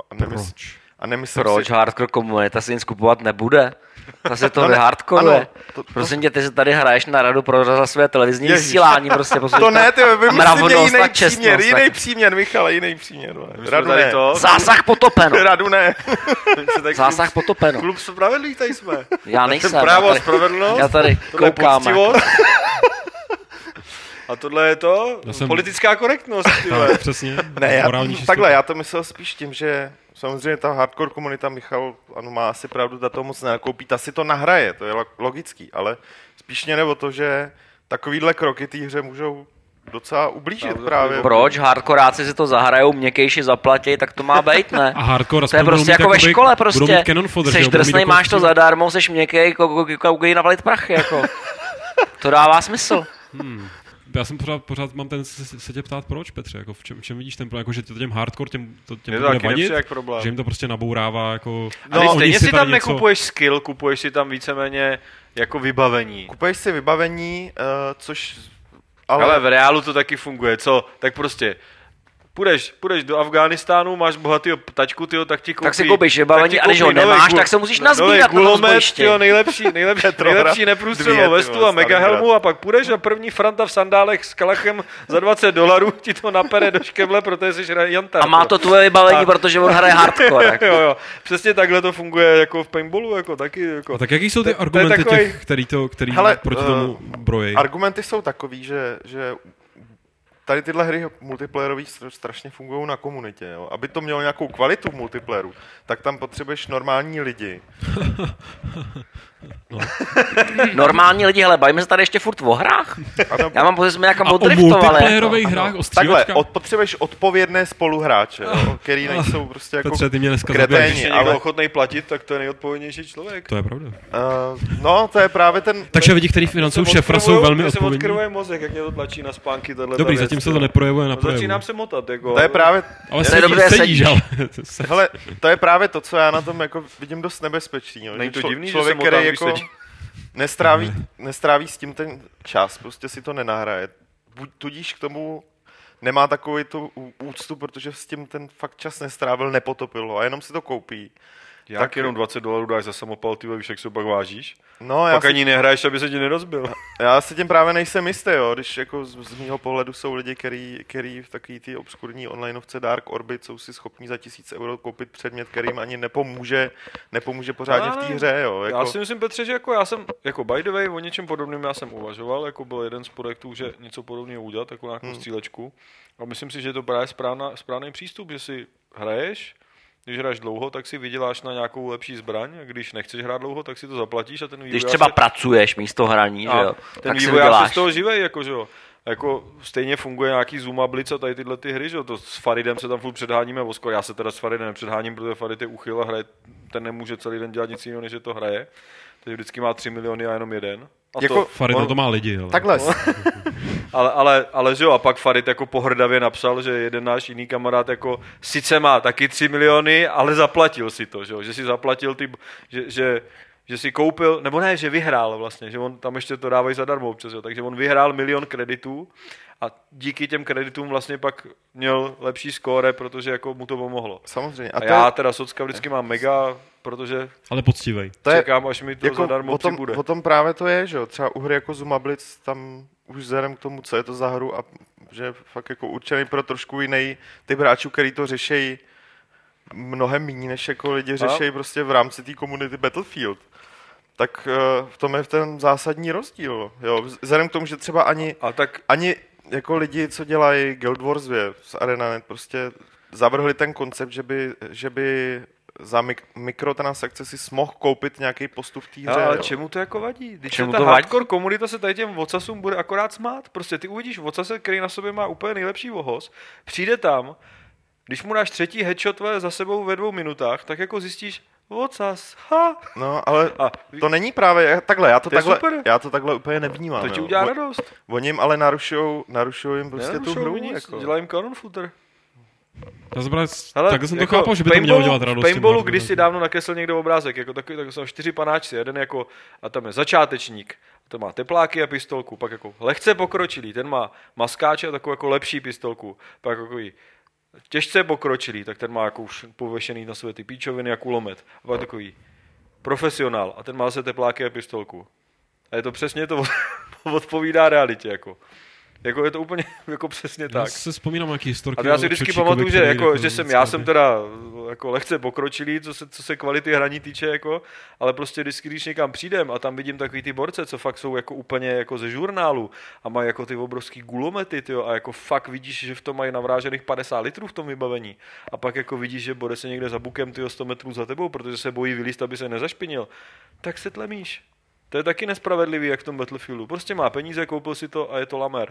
Speaker 2: Proč hardcore komunita si nic kupovat nebude? Zase to hardcore. Prosím tě, ty se tady hraješ na radu pro své televizní vysílání. Prostě
Speaker 1: to ne, ty vymyslíte jiný příměr, Michale, jiný příměr. Radu ne.
Speaker 2: Zásah potopeno.
Speaker 1: Radu ne.
Speaker 2: Zásah potopeno.
Speaker 4: Klub spravedlivý tady jsme.
Speaker 2: Já nejsem.
Speaker 4: Právo a spravedlnost.
Speaker 2: Já tady koukám.
Speaker 4: A tohle je to? Politická korektnost.
Speaker 3: Přesně.
Speaker 1: Ne, takhle, já to myslel spíš tím, že samozřejmě ta hardcore komunita, Michal, ano, má asi pravdu, ta to moc nenakoupí, ta si to nahraje, to je logický, ale spíš mě nebo to, že takovýhle kroky té hře můžou docela ublížit právě.
Speaker 2: Proč? Hardkoráci si to zahrajou, měkkejši zaplatí, tak to má být, ne?
Speaker 3: A hardcore
Speaker 2: to je prostě jako ve škole prostě. Seš drsnej, máš to zadarmo, seš měkkej, koukej navalit prachy, jako. To dává smysl.
Speaker 3: Já jsem pořád mám ten se tě ptát, proč, Petře, jako v čem vidíš ten problém, jako že to těm hardcore, těm to bude vadit, že jim to prostě nabourává, jako...
Speaker 4: No, stejně si tam nekupuješ skill, kupuješ si tam víceméně jako vybavení.
Speaker 1: Kupuješ si vybavení, což...
Speaker 4: Ale v reálu to taky funguje, co? Tak prostě... Půjdeš do Afghánistánu, máš bohatýho tačku, tyjo, tak ti koupí...
Speaker 2: Tak si koupíš vybavení, a když ho nemáš, tak se musíš nazbírat na tom zbojišti.
Speaker 4: Nejlepší neprůstřelnou vestu a megahelmu a pak půjdeš a první franta v sandálech s kalachem za $20 ti to napere do škeble, protože jsi jantar.
Speaker 2: A má to tvoje vybavení, protože on hraje hardcore.
Speaker 4: Jo. Přesně takhle to funguje jako v paintballu, jako taky. Jako.
Speaker 3: A tak jaký jsou ty argumenty těch, který proti tomu brojí?
Speaker 1: Argumenty jsou takový, že tady tyhle hry multiplayerový strašně fungují na komunitě. Jo? Aby to mělo nějakou kvalitu v multiplayeru, tak tam potřebuješ normální lidi.
Speaker 2: No. Normální lidi, hele, bavíme se tady ještě furt o hrách.
Speaker 1: Ano,
Speaker 2: já mám pocit, že jsme nějakam
Speaker 3: odriftovali. O multiplayerových hrách, o střílečkách.
Speaker 1: Takhle, potřebuješ odpovědné spoluhráče, jo? Který nejsou prostě jako
Speaker 3: Petře, ty mě dneska
Speaker 1: kreténi.
Speaker 4: Když je někdo ochotnej platit, tak to je nejodpovědnější člověk.
Speaker 3: To je pravda.
Speaker 1: No, to je právě ten...
Speaker 3: Takže lidi, kteří financují šefra, jsou velmi odpovědní.
Speaker 4: Se odkrvuje mozek, jak mě to tlačí na spánky.
Speaker 3: Dobrý, zatím se to neprojevuje na projevu.
Speaker 4: Začínám se motat. Jako...
Speaker 1: To je právě...
Speaker 3: Ale sedíš, ale...
Speaker 1: Hele, to je právě to, co já na tom jako vidím dost nebezpečný.
Speaker 4: Není to divný,
Speaker 1: člověk,
Speaker 4: že se motám,
Speaker 1: jako nestráví s tím ten čas, prostě si to nenahraje. Tudíž k tomu nemá takový tu úctu, protože s tím ten fakt čas nestrávil, nepotopil ho a jenom si to koupí.
Speaker 4: Jak
Speaker 1: Tak-
Speaker 4: jenom $20 dáš za samopal, ty víš, jak se pak vážíš?
Speaker 1: No,
Speaker 4: Pak ani nehraješ, aby se ti nerozbil.
Speaker 1: já si tím právě nejsem jistý, jo, když jako z mýho pohledu jsou lidi, který v takový ty obskurní onlineovce Dark Orbit jsou si schopní za 1000 euro koupit předmět, který jim ani nepomůže pořádně v té hře, jo. Jako...
Speaker 4: Já si myslím, Petře, že jako já jsem, jako by the way, o něčem podobném já jsem uvažoval, jako byl jeden z projektů, že něco podobného udělat, jako nějakou střílečku. A myslím si, že je to právě správný přístup, že si hraješ, když hraješ dlouho, tak si vyděláš na nějakou lepší zbraň, a když nechceš hrát dlouho, tak si to zaplatíš a ten vývojář...
Speaker 2: Když třeba pracuješ místo hraní, že jo,
Speaker 4: ten
Speaker 2: tak si
Speaker 4: vývojář
Speaker 2: vyděláš.
Speaker 4: z toho živej, jako, že jo. Jako stejně funguje nějaký Zuma Blitz a tady tyhle ty hry, že jo. To s Faridem se tam furt předháníme, Vosko, já se teda s Faridem nepředháním, protože Farid je uchyl a hraje, ten nemůže celý den dělat nic jiného, než že to hraje. Takže vždycky má 3 miliony a jenom jeden. A
Speaker 1: Jako-
Speaker 3: Farid na to má lidi, ale...
Speaker 1: Takhle,
Speaker 4: ale že jo, a pak Farid jako pohrdavě napsal, že jeden náš jiný kamarád jako sice má taky 3 miliony, ale zaplatil si to, že jo, že si zaplatil ty, že si koupil, nebo ne, že vyhrál vlastně, že on tam ještě to dávají zadarmo občas, jo, takže on vyhrál 1 000 000 kreditů a díky těm kreditům vlastně pak měl lepší skóre, protože jako mu to pomohlo.
Speaker 1: samozřejmě.
Speaker 4: A já teda socka vždycky mám mega, protože
Speaker 3: Ale poctivej.
Speaker 1: To je-
Speaker 4: čekám, až mi to
Speaker 1: jako
Speaker 4: zadarmo přibude.
Speaker 1: o tom právě to je, že jo, třeba u hry jako Zuma Blitz, tam už vzhledem k tomu, co je to za hru a že je fakt jako určený pro trošku jiný typ hráčů, který to řeší mnohem méně, než jako lidi řeší prostě v rámci té komunity Battlefield. Tak v tom je ten zásadní rozdíl, jo. Vzhledem k tomu, že třeba
Speaker 4: A tak
Speaker 1: ani jako lidi, co dělají Guild Wars 2 z ArenaNet, prostě zavrhli ten koncept, že by za mikrotransakce si mohl koupit nějaký postup v té hře.
Speaker 4: ale
Speaker 1: jo.
Speaker 4: čemu to jako vadí? Když
Speaker 2: Čemu
Speaker 4: ta
Speaker 2: to vadí?
Speaker 4: hardcore komunita se tady těm vocasům bude akorát smát. Prostě ty uvidíš vocase, který na sobě má úplně nejlepší vohos, přijde tam, když mu dáš 3. headshot za sebou ve 2 minutách, tak jako zjistíš, vocas, ha!
Speaker 1: No, ale
Speaker 4: A
Speaker 1: to není právě takhle,
Speaker 4: To je super.
Speaker 1: já to takhle úplně nevnímám.
Speaker 4: to ti
Speaker 1: jo.
Speaker 4: udělá radost.
Speaker 1: Oni jim ale narušujou jim prostě tu hru. Jako.
Speaker 4: Dělají jim cannon footer.
Speaker 3: Tak jsem to chápal, že by to mělo dělat radost.
Speaker 4: V paintballu kdysi dávno nakreslil někdo obrázek, jako takový, tak jsou 4 panáčci, jeden jako, a tam je začátečník, ten má tepláky a pistolku, pak jako lehce pokročilý, ten má maskáče a takovou jako lepší pistolku, pak takový těžce pokročilý, tak ten má jako už povešený na své ty píčoviny a kulomet, a pak takový profesionál a ten má zase tepláky a pistolku. A je to přesně to odpovídá realitě, jako. Jako je to úplně jako přesně
Speaker 3: Já
Speaker 4: tak.
Speaker 3: se vzpomínám nějaký historky.
Speaker 4: A já si
Speaker 3: o
Speaker 4: vždycky
Speaker 3: Čočíkovi,
Speaker 4: pamatuju, že,
Speaker 3: který
Speaker 4: jako, že já jsem
Speaker 3: vždycky-
Speaker 4: teda jako lehce pokročilý, co se kvality hraní týče, jako, ale prostě vždycky, když někam přijdem a tam vidím takový ty borce, co fakt jsou jako úplně jako ze žurnálu a mají jako ty obrovský gulomety, tyjo, a jako fakt vidíš, že v tom mají navrážených 50 litrů v tom vybavení. A pak jako vidíš, že bode se někde za bukem, tyjo, 100 metrů za tebou, protože se bojí vylíst, aby se nezašpinil. Tak se tlemíš. To je taky nespravedlivý, jak v tom Battlefieldu. Prostě má peníze, koupil si to a je to lamer.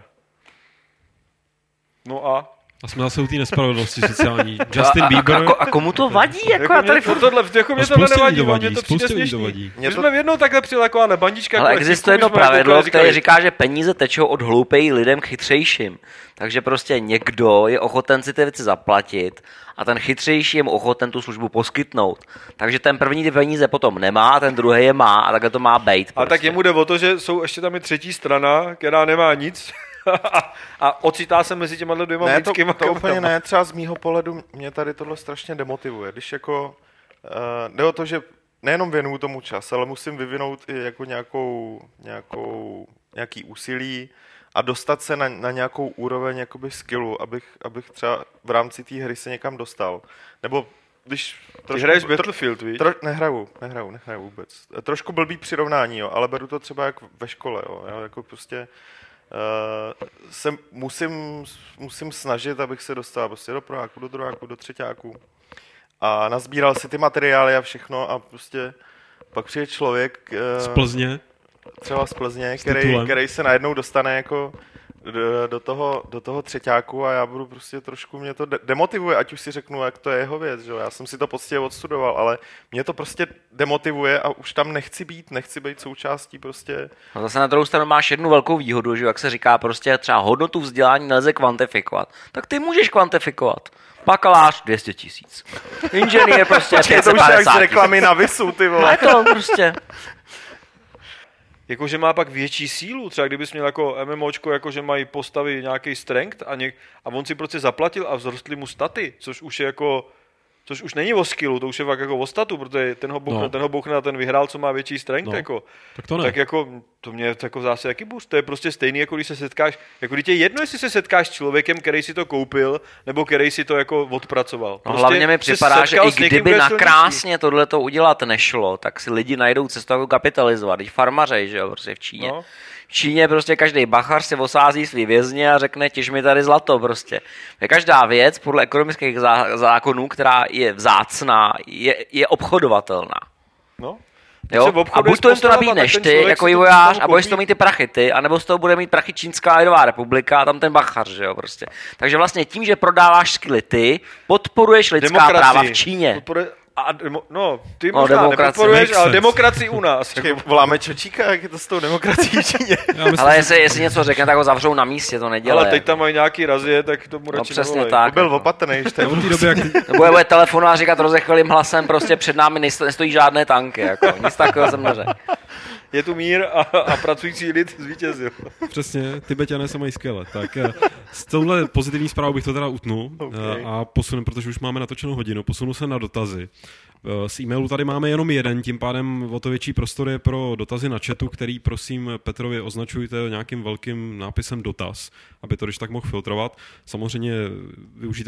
Speaker 4: No a
Speaker 3: A jsme zase u té nespravedlnosti sociální. Justin Bieber...
Speaker 2: A komu to vadí? Jako já tady
Speaker 4: mě
Speaker 2: furt...
Speaker 4: tohle
Speaker 3: spoustě
Speaker 4: nevadí,
Speaker 3: lidí
Speaker 4: mě to přijde
Speaker 3: spoustě lidí
Speaker 4: směšný.
Speaker 3: dovadí.
Speaker 1: Mně
Speaker 4: My
Speaker 1: to-
Speaker 4: jsme jednou takhle přijeli taková bandička.
Speaker 2: Ale
Speaker 4: jako
Speaker 2: existuje
Speaker 4: letníků,
Speaker 2: jedno
Speaker 4: my jsme
Speaker 2: pravidlo,
Speaker 4: koukali,
Speaker 2: které
Speaker 4: říkali,
Speaker 2: říká, že peníze tečou od hloupěji lidem k chytřejším. Takže prostě někdo je ochoten si ty věci zaplatit a ten chytřejší je mu ochoten tu službu poskytnout. Takže ten první ty peníze potom nemá a ten druhý je má a takhle to má být.
Speaker 4: A tak jemu jde o to, že jsou ještě tam i třetí strana, která nemá nic a ocitá se mezi těma dvěma
Speaker 1: Ne,
Speaker 4: lidskýma
Speaker 1: to úplně
Speaker 4: kamarama.
Speaker 1: ne, třeba z mýho pohledu mě tady tohle strašně demotivuje. Když jako, jde o to, že nejenom věnuju tomu čas, ale musím vyvinout i jako nějaký úsilí a dostat se na nějakou úroveň jakoby skillu, abych třeba v rámci té hry se někam dostal. Nebo když...
Speaker 4: Ty hraješ Battlefield, víš?
Speaker 1: Nehraju vůbec. Trošku blbý přirovnání, jo, ale beru to třeba jak ve škole, jo, jako prostě se musím snažit, abych se dostal prostě do prváku, do druháku, do třeťáku a nazbíral si ty materiály a všechno a prostě pak přijde člověk
Speaker 3: Z Plzně.
Speaker 1: třeba z Plzně,
Speaker 3: titulem.
Speaker 1: který se najednou dostane jako do toho třeťáku a já budu prostě trošku, mě to demotivuje, ať už si řeknu, jak to je jeho věc, že jo? Já jsem si to poctivě odstudoval, ale mě to prostě demotivuje a už tam nechci být součástí prostě.
Speaker 2: No zase na druhou stranu máš jednu velkou výhodu, že jak se říká, prostě třeba hodnotu vzdělání nelze kvantifikovat. Tak ty můžeš kvantifikovat. Bakalář 200 000. Inženýr prostě
Speaker 1: To už je jak
Speaker 2: 550
Speaker 1: z
Speaker 2: 000.
Speaker 1: reklamy na Visu, ty
Speaker 2: A
Speaker 1: vole.
Speaker 2: je to prostě.
Speaker 4: Jakože má pak větší sílu, třeba kdybys měl jako MMOčko, jakože mají postavy nějaký strength a on si prostě zaplatil a vzrostly mu staty, což už je jako Což už není o skillu, to už je fakt jako o statu, protože ten ho bouchne a ten vyhrál, co má větší strength, jako.
Speaker 3: Tak to ne.
Speaker 4: Tak jako, to mě jako zase jaký boost, to je prostě stejný, jako když se setkáš, jako když je jedno, jestli se setkáš s člověkem, který si to koupil, nebo který si to jako odpracoval.
Speaker 2: No, hlavně mi připadá, že i kdyby nakrásně tohleto udělat nešlo, tak si lidi najdou cestu jako kapitalizovat, když farmařej, že jo, prostě v Číně. No. V Číně prostě každý bachař si osází svý vězně a řekne, těž mi tady zlato prostě. Každá věc podle ekonomických zákonů, která je vzácná, je obchodovatelná.
Speaker 4: No.
Speaker 2: Jo? A buď to jim to nabídneš ty, jako vývojář, a budeš to mít ty prachy ty, anebo z toho bude mít prachy Čínská lidová republika a tam ten bachař, že jo, prostě. Takže vlastně tím, že prodáváš skilly ty, podporuješ lidská práva v Číně.
Speaker 4: Ty možná nepodporuješ, ale demokracii u nás.
Speaker 1: Voláme Čočíka, jak je to s tou demokracií v Číně.
Speaker 2: Ale jestli něco řekne, tak ho zavřou na místě, to nedělá.
Speaker 4: Ale teď tam mají nějaký razie, tak tomu radši
Speaker 2: přesně
Speaker 4: nevolej.
Speaker 2: tak.
Speaker 1: Byl opatrný, že
Speaker 3: v té době, jak
Speaker 2: Nebo bude telefonovat a říkat rozechvelým hlasem, prostě před námi nestojí žádné tanky, jako. Nic takového jsem neřekl.
Speaker 4: Je tu mír a pracující lid zvítězil.
Speaker 3: Přesně, Tibeťané se mají skvěle. Tak s touhle pozitivní zprávou bych to teda utnul a posunu, protože už máme natočenou hodinu, posunu se na dotazy. Z e-mailu tady máme jenom jeden, tím pádem o to větší prostor je pro dotazy na chatu, který prosím Petrovi označujte nějakým velkým nápisem dotaz, aby to když tak mohl filtrovat. Samozřejmě využijte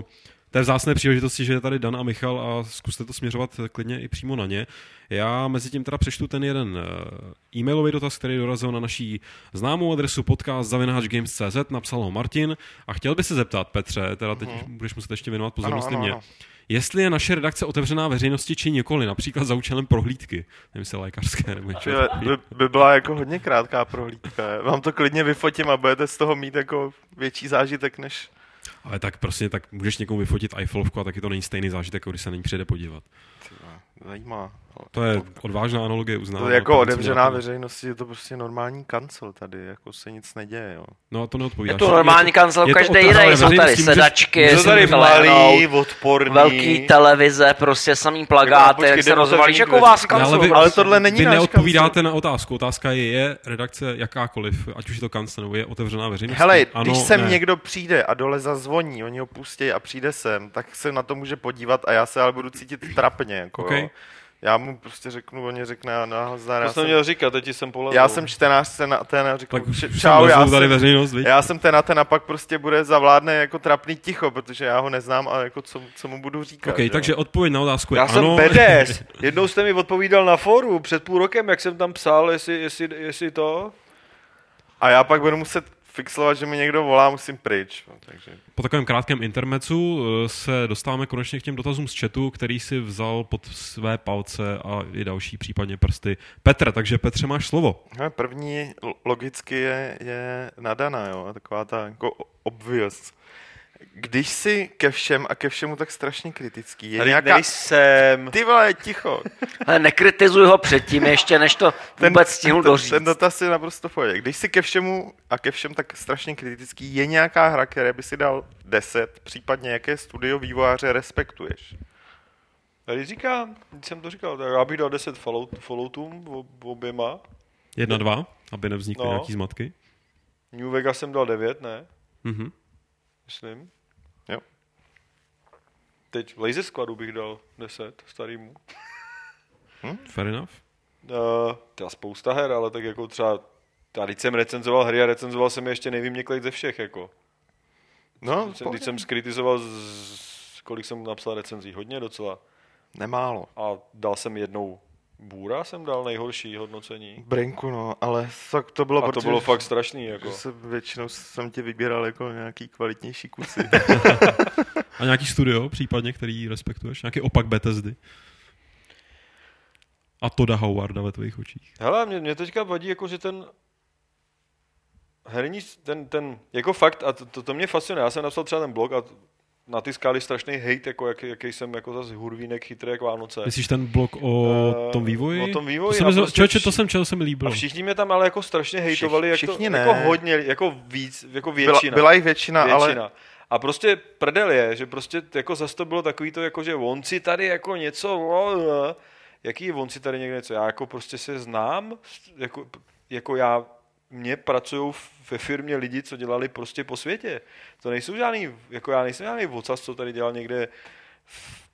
Speaker 3: té vzácné příležitosti, že je tady Dan a Michal a zkuste to směřovat klidně i přímo na ně. Já mezi tím teda přečtu ten jeden e-mailový dotaz, který dorazil na naší známou adresu podcast@games.cz, napsal ho Martin a chtěl by se zeptat, Petře, teda teď budeš muset ještě věnovat pozornosti mě. Jestli je naše redakce otevřená veřejnosti či nikoli, například za účelem prohlídky, nevím, jestli lékařské nebo něco.
Speaker 1: By byla jako hodně krátká prohlídka. Vám to klidně vyfotím a budete z toho mít jako větší zážitek než...
Speaker 3: Ale tak prostě, tak můžeš někomu vyfotit iPhoneovku a taky to není stejný zážitek, když se na ní přijde podívat.
Speaker 1: Zajímá.
Speaker 3: To je odvážná analogie, uznávám.
Speaker 1: To jako otevřená veřejnosti, je to prostě normální kancel tady, jako se nic neděje, jo.
Speaker 3: No a to neodpovídáš.
Speaker 2: Je to normální kancel každý jiný, jsou tady sedačky,
Speaker 4: jsou tady malý, odporný.
Speaker 2: Velký televize, prostě samý plagáty, jak se rozvalíš, jako vás kancel.
Speaker 1: Ale tohle není
Speaker 3: vy
Speaker 1: náš
Speaker 3: neodpovídáte
Speaker 1: kancel.
Speaker 3: na otázku. Otázka je redakce jakákoliv, ať už je to kancel nebo je otevřená veřejnost.
Speaker 1: Hele,
Speaker 3: ano,
Speaker 1: když sem někdo přijde a dole zazvoní, oni ho pustí a přijde sem, tak se na to může podívat a já se ale budu cítit trapně, jako
Speaker 3: okay.
Speaker 1: Já mu prostě řeknu, on řekne a nazdar.
Speaker 4: To jsem měl říkat, teď jsem polezl.
Speaker 1: Já jsem čtenářce na ten a řeknu,
Speaker 3: čau, já
Speaker 1: jsem ten a pak prostě bude zavládne jako trapný ticho, protože já ho neznám a jako co mu budu říkat.
Speaker 3: Okay, takže odpověď na otázku je
Speaker 4: já
Speaker 3: ano.
Speaker 4: Já jsem BDS. Jednou jste mi odpovídal na fóru před půl rokem, jak jsem tam psal, jestli to...
Speaker 1: A já pak budu muset fixlovat, že mi někdo volá, musím pryč. Takže...
Speaker 3: Po takovém krátkém intermecu se dostáváme konečně k těm dotazům z chatu, který si vzal pod své palce a i další případně prsty Petr, takže Petře, máš slovo.
Speaker 1: První logicky je nadaná, jo, taková ta jako obvious. Když jsi ke všem a ke všemu tak strašně kritický, je nějaká...
Speaker 4: Nejsem.
Speaker 1: Ty vole, ticho.
Speaker 2: Ale nekritizuj ho předtím ještě, než to vůbec stihl doříct.
Speaker 1: Ten dotaz je naprosto v pohodě. Když jsi ke všemu a ke všem tak strašně kritický, je nějaká hra, které by si dal 10, případně jaké studio vývojáře respektuješ?
Speaker 4: Tady říkám, když jsem to říkal, tak já bych dal 10 Falloutům oběma.
Speaker 3: 1-2, aby nevznikly nějaký zmatky.
Speaker 4: New Vegas jsem dal 9, ne?
Speaker 3: Mhm.
Speaker 4: Myslím.
Speaker 1: Jo.
Speaker 4: Teď Laser Squadu bych dal 10 starýmu.
Speaker 3: Fair enough.
Speaker 4: To spousta her, ale tak jako třeba teď jsem recenzoval hry a recenzoval jsem je ještě nejvýměklejc ze všech, jako.
Speaker 1: No,
Speaker 4: když jsem skritizoval, kolik jsem napsal recenzí, hodně docela.
Speaker 1: Nemálo.
Speaker 4: A dal jsem jednou Bůra, jsem dal nejhorší hodnocení.
Speaker 1: Brinku, no, ale tak to bylo,
Speaker 4: a to bylo fakt strašný, jako.
Speaker 1: Většinou jsem ti vybíral jako nějaký kvalitnější kusy.
Speaker 3: A nějaký studio případně, který respektuješ? Nějaký opak Bethesdy? A Toda Howarda ve tvých očích?
Speaker 4: Hele, mě teďka vadí, jako, že ten herní, ten jako fakt, a to mě fascinuje, já jsem napsal třeba ten blog a na ty skály strašný hate, jako jaký jsem jako zase hurvínek chytrý jak Vánoce.
Speaker 3: Myslíš ten blog o tom vývoji?
Speaker 4: O tom vývoji.
Speaker 3: To se mi líbilo.
Speaker 4: A všichni mě tam ale jako strašně hejtovali,
Speaker 1: všichni
Speaker 4: jako hodně, jako víc, jako většina.
Speaker 1: Byla i většina, ale...
Speaker 4: A prostě prdel je, že prostě jako zase to bylo takový to, jako že on si tady jako něco, jaký on si tady někde něco, já jako prostě se znám, jako já, mě pracují ve firmě lidi, co dělali prostě po světě. To nejsou žádný, jako já nejsem žádný vocas, co tady dělal někde v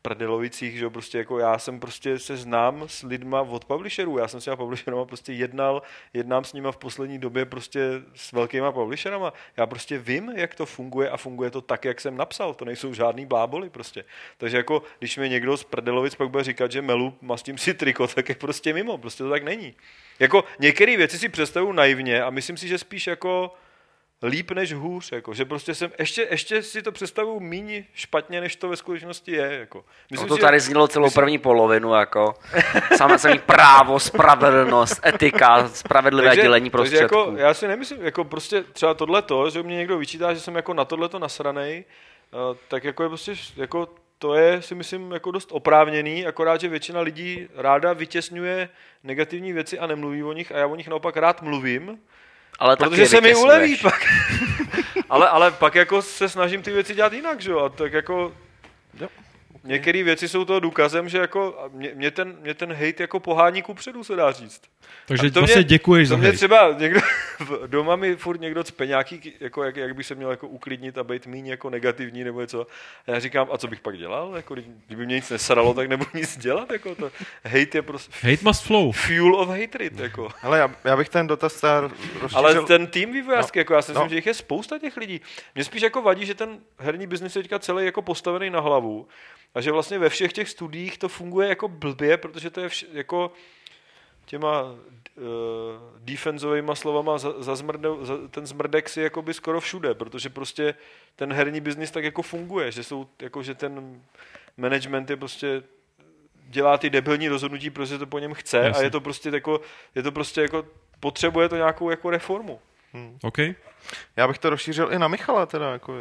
Speaker 4: Prdelovicích, že jo, prostě jako já jsem prostě se znám s lidma od publisherů, já jsem s těma publisherama prostě jednám s nima v poslední době prostě s velkýma publisherama, já prostě vím, jak to funguje a funguje to tak, jak jsem napsal, to nejsou žádný bláboli prostě, takže jako, když mi někdo z Prdelovic pak bude říkat, že melu, mastím si triko, tak je prostě mimo, prostě to tak není. Jako některé věci si představuju naivně a myslím si, že spíš jako líp než hůř, jako, že prostě jsem, ještě si to představuju míň špatně, než to ve skutečnosti je, jako.
Speaker 2: Myslím to tady znělo celou první polovinu, jako samý právo, spravedlnost, etika, spravedlivé dělení prostředků.
Speaker 4: Jako, já si nemyslím, jako prostě třeba tohleto, že mě někdo vyčítá, že jsem jako na tohleto nasranej, tak jako je prostě, jako to je, si myslím, jako dost oprávněný, akorát, že většina lidí ráda vytěsňuje negativní věci a nemluví o nich a já o nich naopak rád mluvím,
Speaker 2: ale
Speaker 4: protože se mi uleví pak. ale pak jako se snažím ty věci dělat jinak, že jo? A tak jako některé věci jsou toho důkazem, že jako mě ten hejt jako pohání kupředu, se dá říct.
Speaker 3: Takže vlastně děkuješ za hejt.
Speaker 4: Mě třeba někdo, doma mi furt někdo cpe nějaký, jako jak bych se měl jako uklidnit a být míň jako negativní nebo něco. A já říkám, a co bych pak dělal? Jako, kdyby mě nic nesralo, tak nebudu nic dělat. Jako to. Hejt je prostě...
Speaker 3: Hate must flow.
Speaker 4: Fuel of hatred. Jako.
Speaker 1: Ale já bych ten dotaz rozšířil.
Speaker 4: Ale ten tým vývojářský, jako já si myslím, že jich je spousta těch lidí. Mě spíš jako vadí, že ten herní biznis je teďka celý jako postavený na hlavu. A že vlastně ve všech těch studiích to funguje jako blbě, protože to je jako těma defenzovejma slovama ten zmrdex je jakoby skoro všude, protože prostě ten herní biznis tak jako funguje, že jsou jako, že ten management je prostě dělá ty debilní rozhodnutí, protože to po něm chce. Jasně. A je to prostě jako potřebuje to nějakou jako reformu.
Speaker 3: Okay.
Speaker 1: Já bych to rozšířil i na Michala teda jako.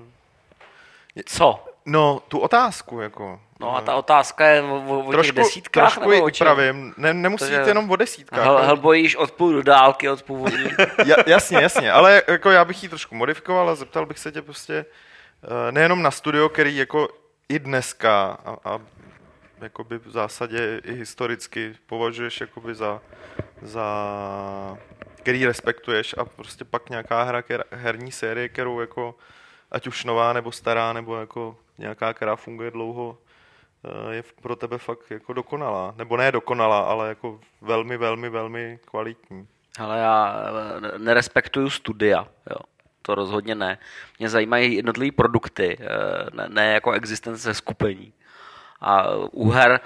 Speaker 2: Co?
Speaker 1: No, tu otázku, jako.
Speaker 2: No a ta otázka je o těch desítkách,
Speaker 1: trošku ji upravím. Nemusí jít jenom o desítkách.
Speaker 2: Bojíš od půl do dálky, od původní.
Speaker 1: Jasně, ale jako já bych ji trošku modifikoval a zeptal bych se tě prostě nejenom na studio, který jako i dneska a jakoby v zásadě i historicky považuješ jakoby za který respektuješ a prostě pak nějaká herní série, kterou jako ať už nová nebo stará, nebo jako nějaká, která funguje dlouho, je pro tebe fakt jako dokonalá. Nebo ne dokonalá, ale jako velmi, velmi, velmi kvalitní.
Speaker 2: Ale já nerespektuju studia, jo. To rozhodně ne. Mě zajímají jednotlivé produkty, ne jako existence skupení. A u her,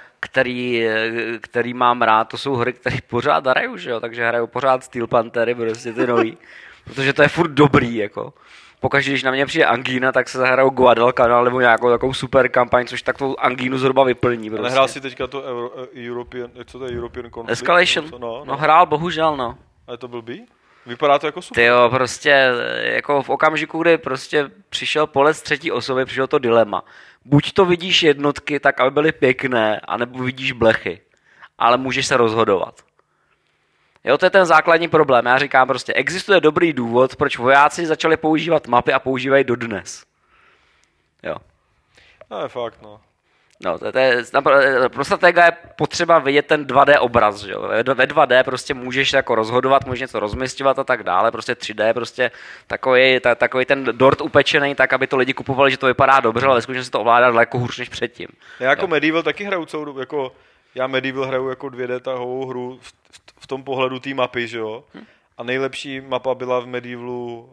Speaker 2: který mám rád, to jsou hry, které pořád hraju, že jo? Takže hraju pořád Steel Panthery, prostě ty nový. Protože to je furt dobrý, jako. Pokaždé, když na mě přijde angína, tak se zahraju Guadalcanal nebo nějakou takovou super kampaň, což tak tu angínu zhruba vyplní. Prostě.
Speaker 4: Nehrál si teďka to European, co to je European Conflict?
Speaker 2: Escalation. No hrál, bohužel, no.
Speaker 4: A je to blbý? Vypadá to jako super.
Speaker 2: Tyjo, prostě jako v okamžiku, kdy prostě přišel polec třetí osoby, přišel to dilema. Buď to vidíš jednotky tak, aby byly pěkné, anebo vidíš blechy. Ale můžeš se rozhodovat. Jo, to je ten základní problém. Já říkám prostě, existuje dobrý důvod, proč vojáci začali používat mapy a používají dodnes. Jo.
Speaker 4: No je fakt, no.
Speaker 2: No, pro stratega je potřeba vidět ten 2D obraz, že jo. Ve 2D prostě můžeš jako rozhodovat, můžeš něco rozmisťovat a tak dále, prostě 3D, prostě takový ten dort upečený, tak aby to lidi kupovali, že to vypadá dobře, ale ve skutečnosti to ovládá daleko hůř než předtím.
Speaker 4: Já jako Medieval taky hraju celou dobu, jako já Medieval hraju jako 2D tahovou hru v tom pohledu té mapy, že jo. A nejlepší mapa byla v Medievalu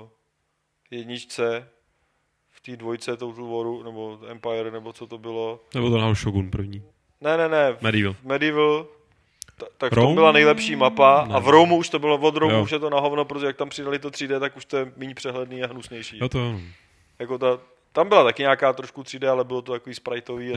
Speaker 4: jedničce, v té dvojce Total Waru, nebo Empire, nebo co to bylo.
Speaker 3: Nebo to náhodou Shogun první.
Speaker 4: Ne.
Speaker 3: Medieval.
Speaker 4: Tak to byla nejlepší mapa a v Romu už to bylo, od Romu už je to na hovno, protože jak tam přidali to 3D, tak už to je méně přehledný a hnusnější.
Speaker 3: Jo to ano.
Speaker 4: Jako tam byla taky nějaká trošku 3D, ale bylo to takový spriteový.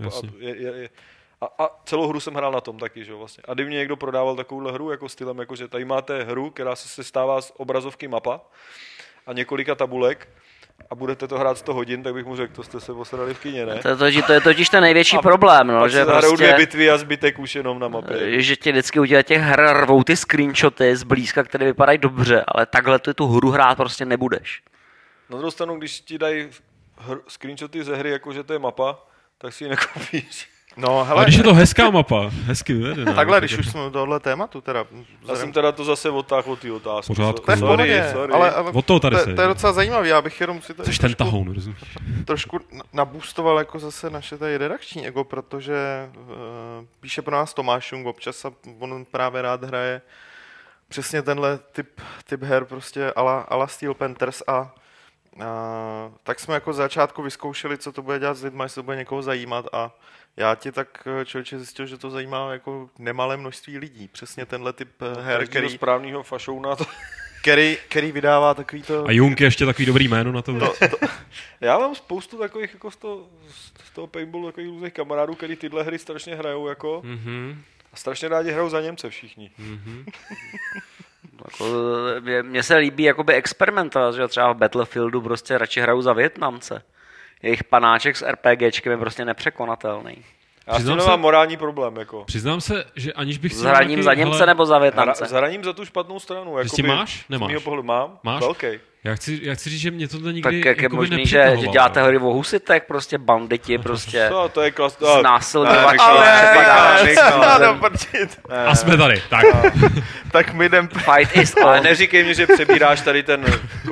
Speaker 4: A celou hru jsem hrál na tom taky, že vlastně. A kdyby mě někdo prodával takovouhle hru jako stylem, jakože tady máte hru, která se sestává z obrazovky mapa a několika tabulek, a budete to hrát 100 hodin, tak bych mu řekl, to jste se posrali v kyně, ne?
Speaker 2: To je totiž ten největší problém, no, že
Speaker 4: prostě 2 bitvy a zbytek už jenom na mapě.
Speaker 2: Že ti vždycky udělat těch her rvou ty screenshoty zblízka, které vypadají dobře, ale takhle ty tu hru hrát prostě nebudeš.
Speaker 4: Na druhou stranu, když ti dají screenshoty ze hry, jakože to je mapa, tak si ji nekoupíš.
Speaker 1: No, hele,
Speaker 3: Ale když je to hezká mapa, hezky vyvedená.
Speaker 1: takhle, když už jsme u tohohle tématu, teda.
Speaker 4: Já jsem teda to zase odtáhl od té otázky.
Speaker 3: Pořádku.
Speaker 1: To je v pohodě,
Speaker 4: Sorry.
Speaker 1: ale
Speaker 3: Od toho tady
Speaker 1: to je docela zajímavý, já bych jenom si tady
Speaker 3: Což ten tahoun, rozumíš?
Speaker 1: trošku naboostoval jako zase naše tady redakční ego, protože píše pro nás Tomáš Jung občas a on právě rád hraje přesně tenhle typ her prostě ala Steel Panthers a tak jsme jako z začátku vyzkoušeli, co to bude dělat s lidmi, jestli to bude někoho zajímat a já ti tak člověče zjistil, že to zajímá jako nemalé množství lidí. Přesně tenhle typ her,
Speaker 4: Každého správného fašouna to...
Speaker 1: který vydává takový to...
Speaker 3: A Jung je ještě takový dobrý jméno na to.
Speaker 4: Já mám spoustu takových jako z toho paintballu takových různých kamarádů, který tyhle hry strašně hrajou jako a strašně rádi hrajou za Němce všichni.
Speaker 2: Jako, mně se líbí jakoby experimentovat, že třeba v Battlefieldu prostě radši hrajou za Vietnamce. Jejich panáček s RPGčkem je prostě nepřekonatelný.
Speaker 4: Já s tím mám morální problém. Jako.
Speaker 3: Přiznám se, že aniž bych...
Speaker 2: S hraním za Němce nebo za Vietnamce?
Speaker 4: S hraním za tu špatnou stranu.
Speaker 3: Že si máš? Nemáš?
Speaker 4: Z mýho pohledu mám.
Speaker 3: Máš?
Speaker 4: Velký.
Speaker 3: Já chci říct, že mě to nikdy
Speaker 2: tak jak je možný, že děláte hry o husitech, prostě banditi, prostě
Speaker 4: to je
Speaker 2: znásilňovači.
Speaker 3: A jsme tady, tak.
Speaker 1: Tak my jdem...
Speaker 2: Fight is on.
Speaker 4: Ale neříkej mi, že přebíráš tady ten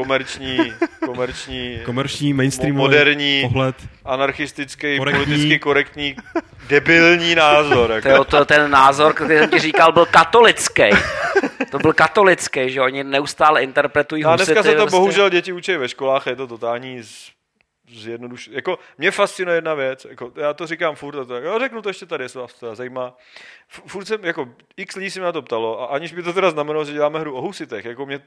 Speaker 4: komerční
Speaker 3: mainstreamový
Speaker 4: moderní,
Speaker 3: pohled,
Speaker 4: anarchistický, politicky korektní, debilní názor. Jako.
Speaker 2: To ten názor, který jsem ti říkal, byl katolický. To byl katolický, že oni neustále interpretují husity.
Speaker 4: A dneska se to
Speaker 2: prostě...
Speaker 4: bohužel děti učí ve školách, je to totální zjednodušení. Jako, mě fascinuje jedna věc, jako, já to říkám furt, a to, řeknu to ještě tady, jestli vás to zajímá. Furt jsem, jako, x lidí se mě na to ptalo, a aniž by to teda znamenalo, že děláme hru o husitech, jako mě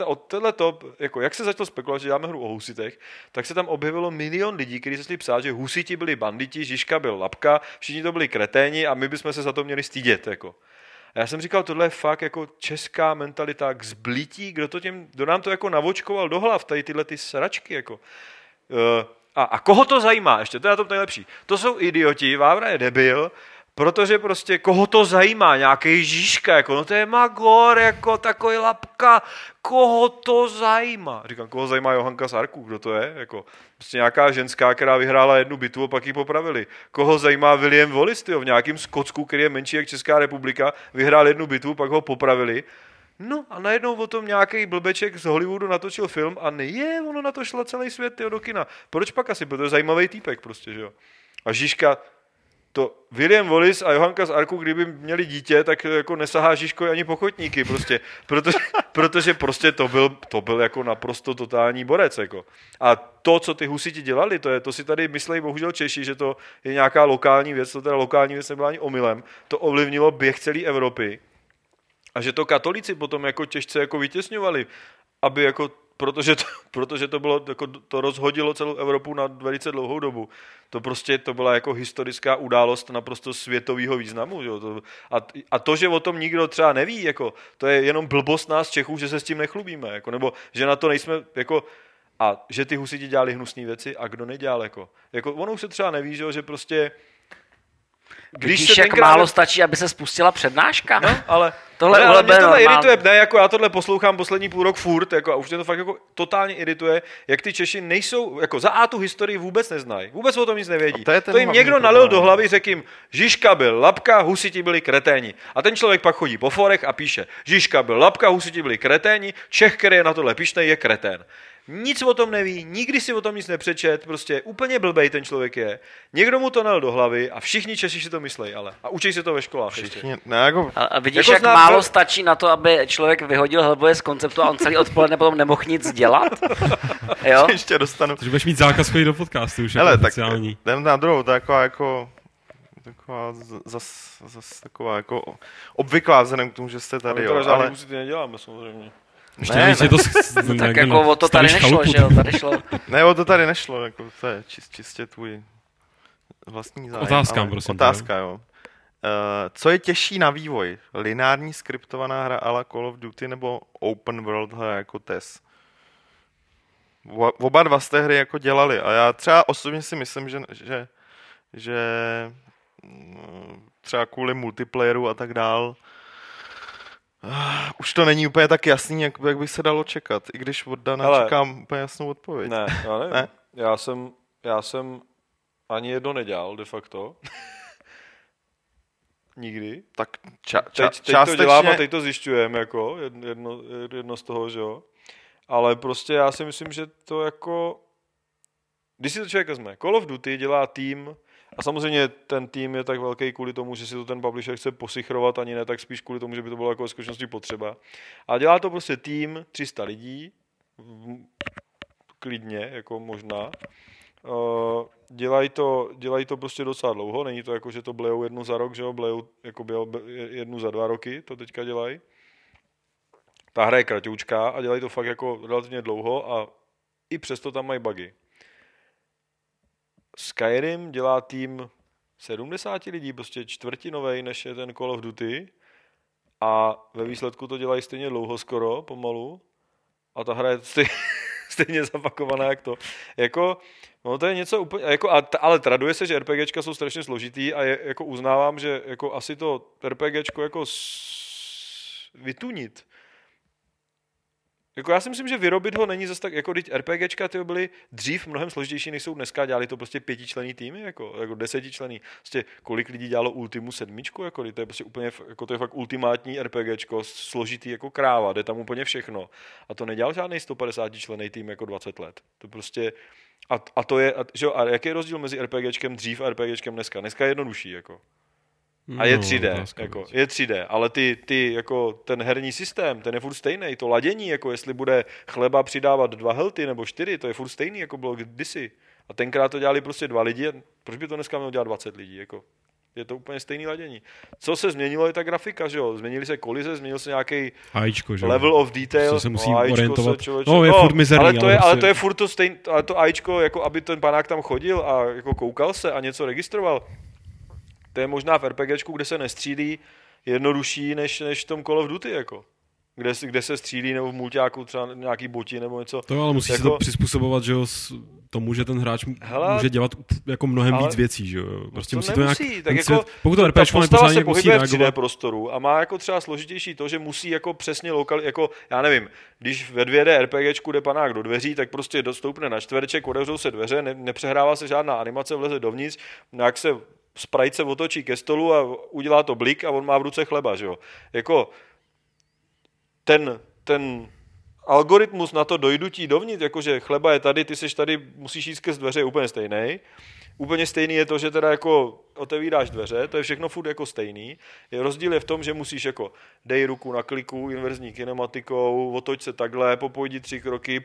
Speaker 4: jako, jak se začalo spekulovat, že děláme hru o husitech, tak se tam objevilo milion lidí, kteří se šli psát, že husiti byli banditi, Žižka byl lapka, všichni to byli kreténi a my bychom se za to měli stydět, jako. A já jsem říkal, tohle je fakt jako česká mentalita k zblítí, kdo nám to jako navočkoval do hlav, tady tyhle ty sračky, jako. A koho to zajímá, ještě, to je na tom nejlepší. To jsou idioti, Vávra je debil, protože prostě koho to zajímá, nějaký Žižka, jako, no to je magor, jako takový lapka, koho to zajímá? Říkám, koho zajímá Johanka z Arku, kdo to je? Jako, prostě nějaká ženská, která vyhrála jednu bitvu a pak ji popravili. Koho zajímá William Wallace, tyjo, v nějakém Skotsku, který je menší jak Česká republika, vyhrál jednu bitvu, pak ho popravili. No a najednou o tom nějaký blbeček z Hollywoodu natočil film a ono na to šlo celý svět, tyjo, do kina. Proč pak asi? Protože je zajímavý týpek prostě, že jo. A Žižka, to William Wallace a Johanka z Arku, kdyby měli dítě, tak jako nesahá Žižko ani pochotníky, prostě, protože prostě to byl jako naprosto totální borec, jako. A to, co ty husiti dělali, to si tady myslejí bohužel Češi, že to je nějaká lokální věc, to teda lokální věc nebyla ani omylem, to ovlivnilo běh celé Evropy a že to katolíci potom jako těžce jako vytěsňovali, aby jako protože to bylo, jako to rozhodilo celou Evropu na velice dlouhou dobu. To byla jako historická událost naprosto světového významu. Jo? A to, že o tom nikdo třeba neví, jako, to je jenom blbost nás Čechů, že se s tím nechlubíme. Jako, nebo že na to nejsme... Jako, a že ty husiti dělali hnusné věci a kdo nedělal. Jako ono už se třeba neví, že prostě...
Speaker 2: Vidíš, jak málo stačí, aby se spustila přednáška?
Speaker 4: No, ale
Speaker 2: tohle
Speaker 4: irituje, ne, jako já tohle poslouchám poslední půl rok furt, jako, a už mě to fakt jako totálně irituje, jak ty Češi nejsou, jako za A tu historii vůbec neznají, vůbec o tom nic nevědí. To jim někdo nalil do hlavy, řekl jim, Žižka byl lapka, husiti byli kreténi. A ten člověk pak chodí po forech a píše, Žižka byl lapka, husiti byli kreténi, Čech, který je na tohle pyšnej, je kretén. Nic o tom neví, nikdy si o tom nic nepřečet, prostě úplně blbej ten člověk je. Někdo mu to nal do hlavy a všichni Češi si to myslejí, ale. A učí se to ve školách
Speaker 1: všichni, ještě. Ne, jako,
Speaker 2: a vidíš, jak málo stačí na to, aby člověk vyhodil Hellboye z konceptu a on celý odpoledne potom nemohl nic dělat? Jo?
Speaker 1: Ještě dostanu.
Speaker 3: Takže budeš mít zákaz chodit do podcastu už.
Speaker 1: Hele,
Speaker 3: jako
Speaker 1: tak
Speaker 3: oficiální.
Speaker 1: jdem na druhou, to je taková taková jako obvyklá vzhledem k tomu, že jste tady, jo.
Speaker 4: Ale si ty neděláme samozřejmě.
Speaker 3: Ještě ne. Je to
Speaker 2: tak jako o to tady nešlo, že jo, tady šlo.
Speaker 1: Ne, o to tady nešlo, jako to je čistě tvůj vlastní zájem.
Speaker 3: Otázkám, prosím.
Speaker 1: Otázka, jo. Co je těžší na vývoj? Lineární skriptovaná hra a la Call of Duty nebo open world hra jako TES? Oba dva z té hry jako dělali a já třeba osobně si myslím, že třeba kvůli multiplayeru a tak dál už to není úplně tak jasný, jak by se dalo čekat, i když od Dana čekám úplně jasnou odpověď.
Speaker 4: Ne, já nevím. Ne? Já jsem ani jedno nedělal de facto. nikdy.
Speaker 1: Tak
Speaker 4: Teď to dělám a teď to zjišťujeme, jako jedno z toho, že jo. Ale prostě já si myslím, že to jako... Když si to člověk vezme, Call of Duty dělá tým, a samozřejmě ten tým je tak velký kvůli tomu, že si to ten publisher chce posichrovat, ani ne tak spíš kvůli tomu, že by to bylo jako ve skutečnosti potřeba. A dělá to prostě tým 300 lidí, klidně, jako možná. Dělají to prostě docela dlouho, není to jako, že to blejou jednu za rok, že jo, blejou jako jednu za 2 roky, to teďka dělají. Ta hra je kratoučká a dělají to fakt jako relativně dlouho a i přesto tam mají bugy. Skyrim dělá tým 70 lidí, prostě čtvrtinovej, než je ten Call of Duty a ve výsledku to dělají stejně dlouho skoro, pomalu a ta hra je stejně zapakovaná jak to. Jako, no to je něco úplně, jako, ale traduje se, že RPGčka jsou strašně složitý a jako uznávám, že jako asi to RPGčko jako vytunit. Jako já si myslím, že vyrobit ho není zase tak, jako když RPGčka ty byly dřív mnohem složitější, než jsou dneska, dělali to prostě 5členný týmy, jako 10členný. Prostě kolik lidí dělalo Ultimu 7, jako to je prostě úplně, jako to je fakt ultimátní RPGčko, složitý jako kráva, jde tam úplně všechno. A to nedělal žádný 150členný tým jako 20 let. To prostě, a to je, a jaký je rozdíl mezi RPGčkem dřív a RPGčkem dneska? Dneska je jednodušší, jako. A je 3D, jako, je 3D, ale ty jako ten herní systém, ten je furt stejný, to ladění, jako jestli bude chleba přidávat 2 helty nebo 4, to je furt stejný, jako bylo kdysi. A tenkrát to dělali prostě 2 lidi, proč by to dneska mělo dělat 20 lidí, jako. Je to úplně stejný ladění. Co se změnilo, je ta grafika, že jo? Změnily se kolize, změnil se nějaký level of detail.
Speaker 3: Co se musí orientovat.
Speaker 1: Je
Speaker 3: furt mizerný.
Speaker 4: Ale to je furt to stejný, ale to AIčko, jako aby ten panák tam chodil a jako koukal se a něco registroval. To je možná v RPGčku, kde se nestřílí, jednodušší než v tom Call of Duty, jako. Kde se střílí, nebo v mulťáku třeba nějaký boti nebo něco.
Speaker 3: To ale musí
Speaker 4: jako...
Speaker 3: se to přizpůsobovat, že jo, tomu, že ten hráč může dělat jako mnohem víc věcí, že jo. Prostě musí to nějak...
Speaker 4: Tak jako,
Speaker 3: pokud to RPGčko nepořádně musí reagovat...
Speaker 4: v prostoru a má jako třeba složitější to, že musí jako přesně jako já nevím, když ve 2D RPGčku jde panák do dveří, tak prostě dostoupne na čtvereček, otevřou se dveře, nepřehrává se žádná animace, vleze dovnitř, jak se sprite se otočí ke stolu a udělá to blik a on má v ruce chleba, že jo. Jako ten algoritmus na to dojdutí dovnitř, jakože chleba je tady, ty seš tady, musíš jít skrz dveře, je úplně stejný. Úplně stejný je to, že teda jako otevíráš dveře, to je všechno furt jako stejný. Rozdíl je v tom, že musíš jako dej ruku na kliku, inverzní kinematikou, otoč se takhle, popojdi 3 kroky,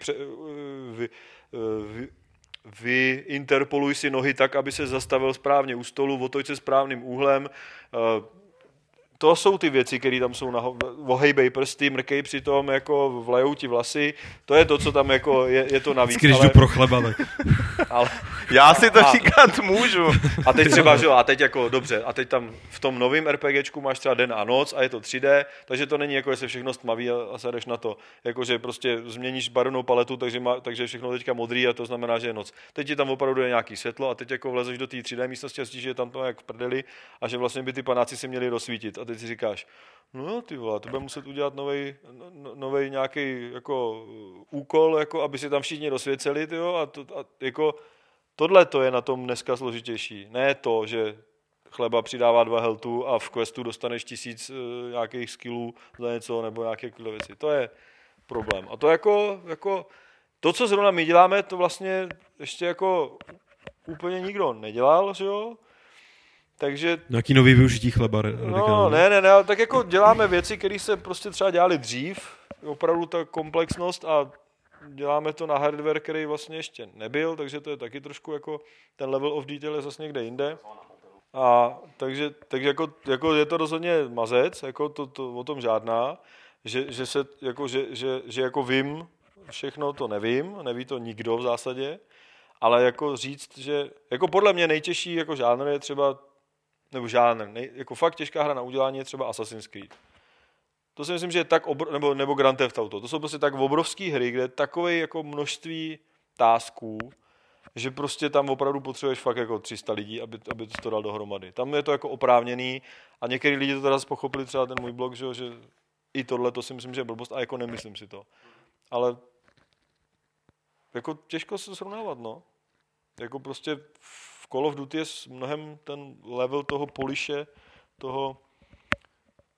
Speaker 4: vyinterpoluj si nohy tak, aby se zastavil správně u stolu, otoč se správným úhlem. To jsou ty věci, které tam jsou ohejbej prsty, mrkej přitom, jako vlajou ti vlasy. To je to, co tam jako je to navíc.
Speaker 3: Když jdu pro chleba, tak...
Speaker 1: ale... Já si to říkat můžu.
Speaker 4: A teď třeba, že jo, a teď jako dobře, a teď tam v tom novém RPGčku máš třeba den a noc a je to 3D, takže to není jako, že se všechno stmaví a se jdeš na to. Jakože prostě změníš barevnou paletu, takže je všechno teďka modrý a to znamená, že je noc. Teď ti tam opravdu je nějaký světlo a teď jako vlezeš do té 3D místnosti a zjistíš, že je tam to jak v prdeli a že vlastně by ty panáci si měli rozsvítit. A teď si říkáš, no jo, ty vole, to bude muset udělat novej nějaký jako úkol, jako aby si tam všichni rozsvěceli, tyjo, a jako tohle to je na tom dneska složitější. Ne to, že chleba přidává 2 heltu a v questu dostaneš 1000 nějakých skillů za něco nebo nějaké věci. To je problém. A to jako to, co zrovna my děláme, to vlastně ještě jako úplně nikdo nedělal, že jo? Takže...
Speaker 3: Nějaký nový využití chleba.
Speaker 4: No, ne, ale tak jako děláme věci, které se prostě třeba dělali dřív, opravdu ta komplexnost a děláme to na hardware, který vlastně ještě nebyl, takže to je taky trošku jako ten level of detail je zase někde jinde. A takže jako je to rozhodně mazec, jako to o tom žádná, že se jako, že jako vím, všechno to nevím, neví to nikdo v zásadě, ale jako říct, že jako podle mě nejtěžší jako žánr je třeba nebo žánr, jako fakt těžká hra na udělání je třeba Assassin's Creed. To si myslím, že je tak nebo Grand Theft Auto. To jsou prostě tak obrovský hry, kde je takové jako množství tasků, že prostě tam opravdu potřebuješ fakt jako 300 lidí, aby to dal dohromady. Tam je to jako oprávněný a některý lidi to teda pochopili, třeba ten můj blog, že i tohle to si myslím, že je blbost a jako nemyslím si to. Ale jako těžko se srovnávat, no. Jako prostě v Call of Duty je mnohem ten level toho poliše, toho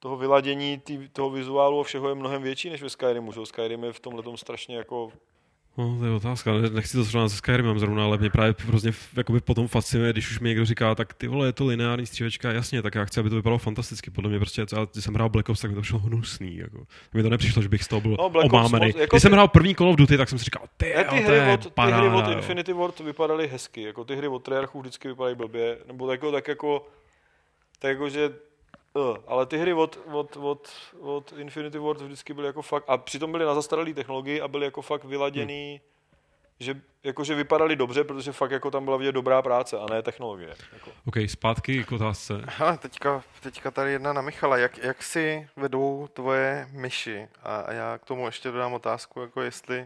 Speaker 4: toho vyladění toho vizuálu a všeho je mnohem větší než ve Skyrimu. Že? Skyrim je v tomhletom strašně jako...
Speaker 3: No, to je otázka. Nechci to srovnat se Skyrimem zrovna, ale mě právě hrozně jakoby potom fascinuje, když už mi někdo říká, tak ty vole, je to lineární střílečka, jasně, tak já chci, aby to vypadalo fantasticky. Podle mě prostě, když jsem hrál Black Ops, tak mi to přišlo hnusný. Jako. Mi to nepřišlo, že bych z toho byl omámený. Jako když jsem hrál první Call of Duty, tak jsem si říkal, ty hry
Speaker 4: od Infinity Ward vypadaly hezky. Jako ty hry od Treyarchů vždycky vypadaly blbě. Nebo tak jako že ale ty hry od Infinity Ward vždycky byly jako fakt, a přitom byly na zastaralý technologii a byly jako fakt vyladěný, že vypadaly dobře, protože fakt jako tam byla vidět dobrá práce a ne technologie. Jako.
Speaker 3: OK, zpátky k otázce.
Speaker 1: Hele, teďka tady jedna na Michala. Jak si vedou tvoje myši? A já k tomu ještě dodám otázku, jako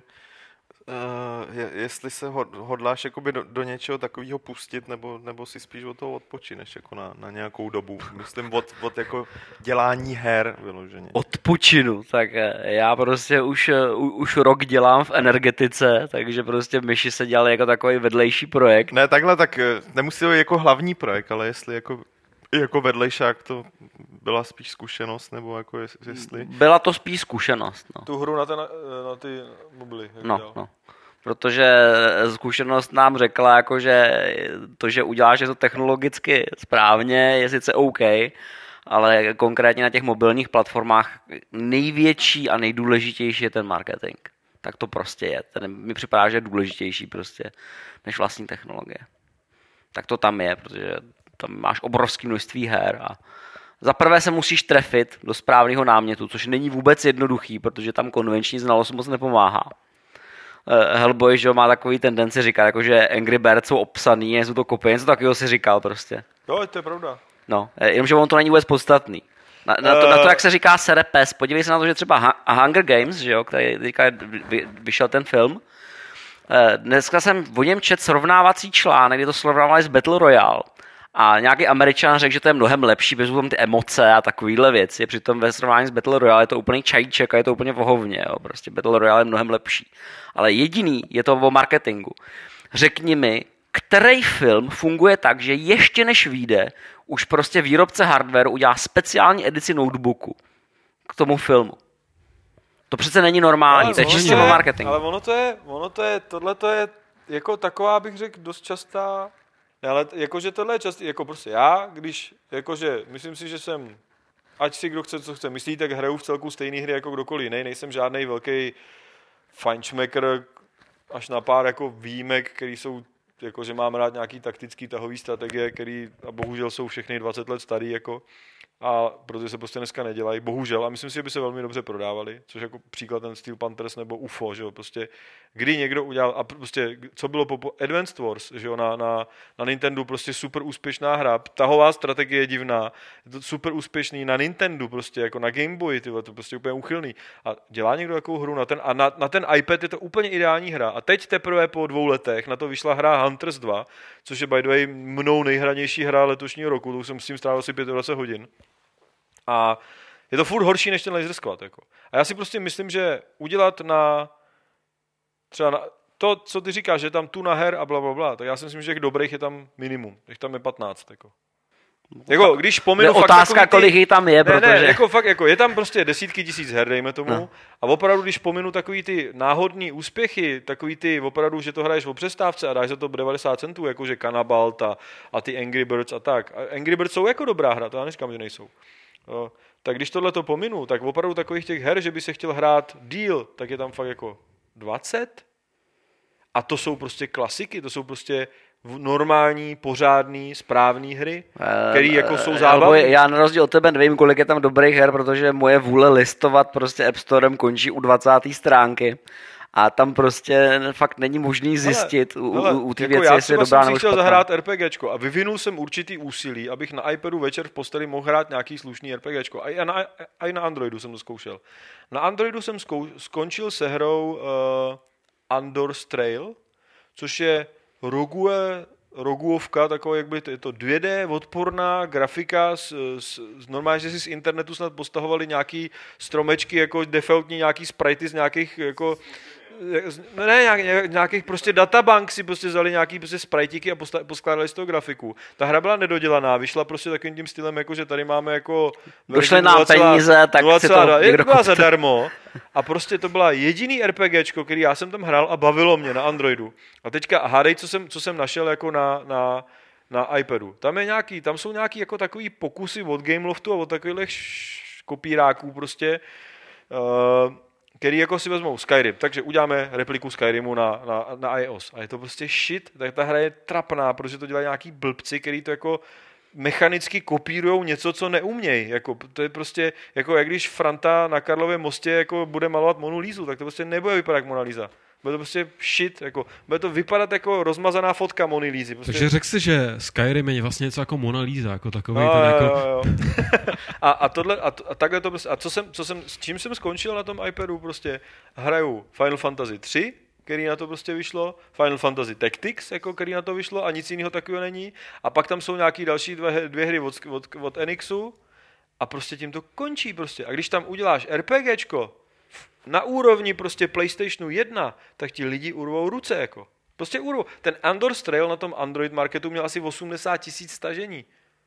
Speaker 1: jestli se hodláš jakoby do něčeho takového pustit, nebo si spíš od toho odpočineš jako na nějakou dobu. Myslím od jako dělání her vyloženě.
Speaker 2: Odpočinu, tak já prostě už rok dělám v energetice, takže prostě myši se dělaly jako takový vedlejší projekt.
Speaker 1: Ne, takhle, tak nemusí být jako hlavní projekt, ale jestli jako vedlejšák to byla spíš zkušenost, nebo jako jestli...
Speaker 2: Byla to spíš zkušenost, no.
Speaker 4: Tu hru na ty mobily.
Speaker 2: No. Protože zkušenost nám řekla, jako, že to, že uděláš to technologicky správně, je sice OK, ale konkrétně na těch mobilních platformách největší a nejdůležitější je ten marketing. Tak to prostě je. Ten mi připadá, že je důležitější prostě než vlastní technologie. Tak to tam je, protože tam máš obrovské množství her a za prvé se musíš trefit do správného námětu, což není vůbec jednoduchý, protože tam konvenční znalost moc nepomáhá. Hellboy, že má takový tendenci říkat, jako že Angry Birds jsou obsaný, jsou to kopie, něco takového si říkal prostě.
Speaker 4: Jo, to je pravda.
Speaker 2: No, jenomže on to není vůbec podstatný. Na to, jak se říká serepes, podívej se na to, že třeba Hunger Games, že jo, který teďka vyšel ten film, dneska jsem o něm četl srovnávací článek, kde to srovnávali s Battle Royale. A nějaký Američan řekl, že to je mnohem lepší, protože jsou tam ty emoce a takovýhle věci. Přitom ve srovnání s Battle Royale je to úplný čajíček a je to úplně vohovně. Jo. Prostě Battle Royale je mnohem lepší. Ale jediný je to o marketingu. Řekni mi, který film funguje tak, že ještě než vyjde, už prostě výrobce hardware udělá speciální edici notebooku k tomu filmu. To přece není normální, to je čistě o marketingu.
Speaker 4: Ale tohle to je jako taková, bych řekl, dost častá. Ale jakože tohle je častý, jako prostě já, když, jakože, myslím si, že jsem, ať si kdo chce, co chce myslí, tak hraju v celku stejné hry jako kdokoliv jiný, nejsem žádnej velký fajnšmekr, až na pár jako výjimek, který jsou, jakože mám rád nějaký taktický tahový strategie, který a bohužel jsou všechny 20 let starý, jako, a protože se prostě dneska nedělají, bohužel, a myslím si, že by se velmi dobře prodávali, což jako příklad ten Steel Panthers nebo UFO, že jo, prostě, kdy někdo udělal, a prostě, co bylo po Advanced Wars, že jo, na Nintendo, prostě super úspěšná hra, tahová strategie je divná, je to super úspěšný na Nintendo, prostě, jako na Game Boy, tyhle, to prostě úplně uchylný, a dělá někdo takovou hru na ten iPad je to úplně ideální hra, a teď teprve po 2 letech na to vyšla hra Hunters 2, což je by the way mnou nejhranější hra letošního roku, to už jsem s tím strávil asi 25 hodin. A je to furt horší než ten Laser Squad. Jako. A já si prostě myslím, že udělat třeba na to, co ty říkáš, že je tam tuna her a blablabla, tak já si myslím, že těch dobrých je tam minimum. Těch tam je 15. Jako, když pominu fakt
Speaker 2: otázka, kolik jich tam je, protože...
Speaker 4: Ne, jako fakt, jako, je tam prostě desítky tisíc her, dejme tomu, no. A opravdu, když pominu takový ty náhodný úspěchy, takový ty opravdu, že to hraješ o přestávce a dáš za to 90 centů, jakože Cannabalt a ty Angry Birds a tak. A Angry Birds jsou jako dobrá hra, to já neříkám, že nejsou. Tak když tohle to pominu, tak opravdu takových těch her, že by se chtěl hrát díl, tak je tam fakt jako 20. A to jsou prostě klasiky, to jsou prostě normální, pořádný, správný hry, které jako jsou zábavné.
Speaker 2: Já na rozdíl od tebe nevím, kolik je tam dobrých her, protože moje vůle listovat prostě App Storem končí u 20. stránky. A tam prostě fakt není možný zjistit u té věci, jestli je dobrá nebo špatná. Já jsem si chtěl
Speaker 4: zahrát RPGčko a vyvinul jsem určitý úsilí, abych na iPadu večer v posteli mohl hrát nějaký slušný RPGčko. A i na Androidu jsem to zkoušel. Na Androidu jsem skončil se hrou Andor's Trail, což je roguovka, taková, jak by je to 2D odporná grafika, normálně, že si z internetu snad postahovali nějaký stromečky, jako defaultní nějaký sprity z nějakých jako nějakých prostě databank si prostě vzali nějaký prostě sprajtíky a poskládali z toho grafiku. Ta hra byla nedodělaná, vyšla prostě takovým tím stylem, jako že tady máme jako...
Speaker 2: Došly nám peníze, tak si to
Speaker 4: někdo byla zadarmo a prostě to byla jediný RPGčko, který já jsem tam hrál a bavilo mě na Androidu. A teďka hádej, co jsem našel jako na iPadu. Tam jsou nějaký jako takový pokusy od Gameloftu a od takových kopíráků prostě, který jako si vezmou Skyrim, takže uděláme repliku Skyrimu na iOS. A je to prostě shit, tak ta hra je trapná, protože to dělají nějaký blbci, který to jako mechanicky kopírujou něco, co neumějí. Jako, to je prostě, jako jak když Franta na Karlově mostě jako bude malovat Monu Lízu, tak to prostě nebude vypadat jak Mona Lisa. Bude to prostě shit, jako, bude to vypadat jako rozmazaná fotka Mony Lízy. Prostě.
Speaker 3: Takže řekl si, že Skyrim je vlastně něco jako Mona Lisa, jako takový ten jako...
Speaker 4: Jo. a takhle to prostě, a s čím jsem skončil na tom iPadu prostě, hraju Final Fantasy 3, který na to prostě vyšlo, Final Fantasy Tactics, jako který na to vyšlo a nic jiného takového není. A pak tam jsou nějaký další dvě hry od Enixu a prostě tím to končí prostě. A když tam uděláš RPGčko na úrovni prostě PlayStationu 1, tak ti lidi urvou ruce, jako. Prostě urvou. Ten Andor's Trail na tom Android marketu měl asi 80 000 stažení.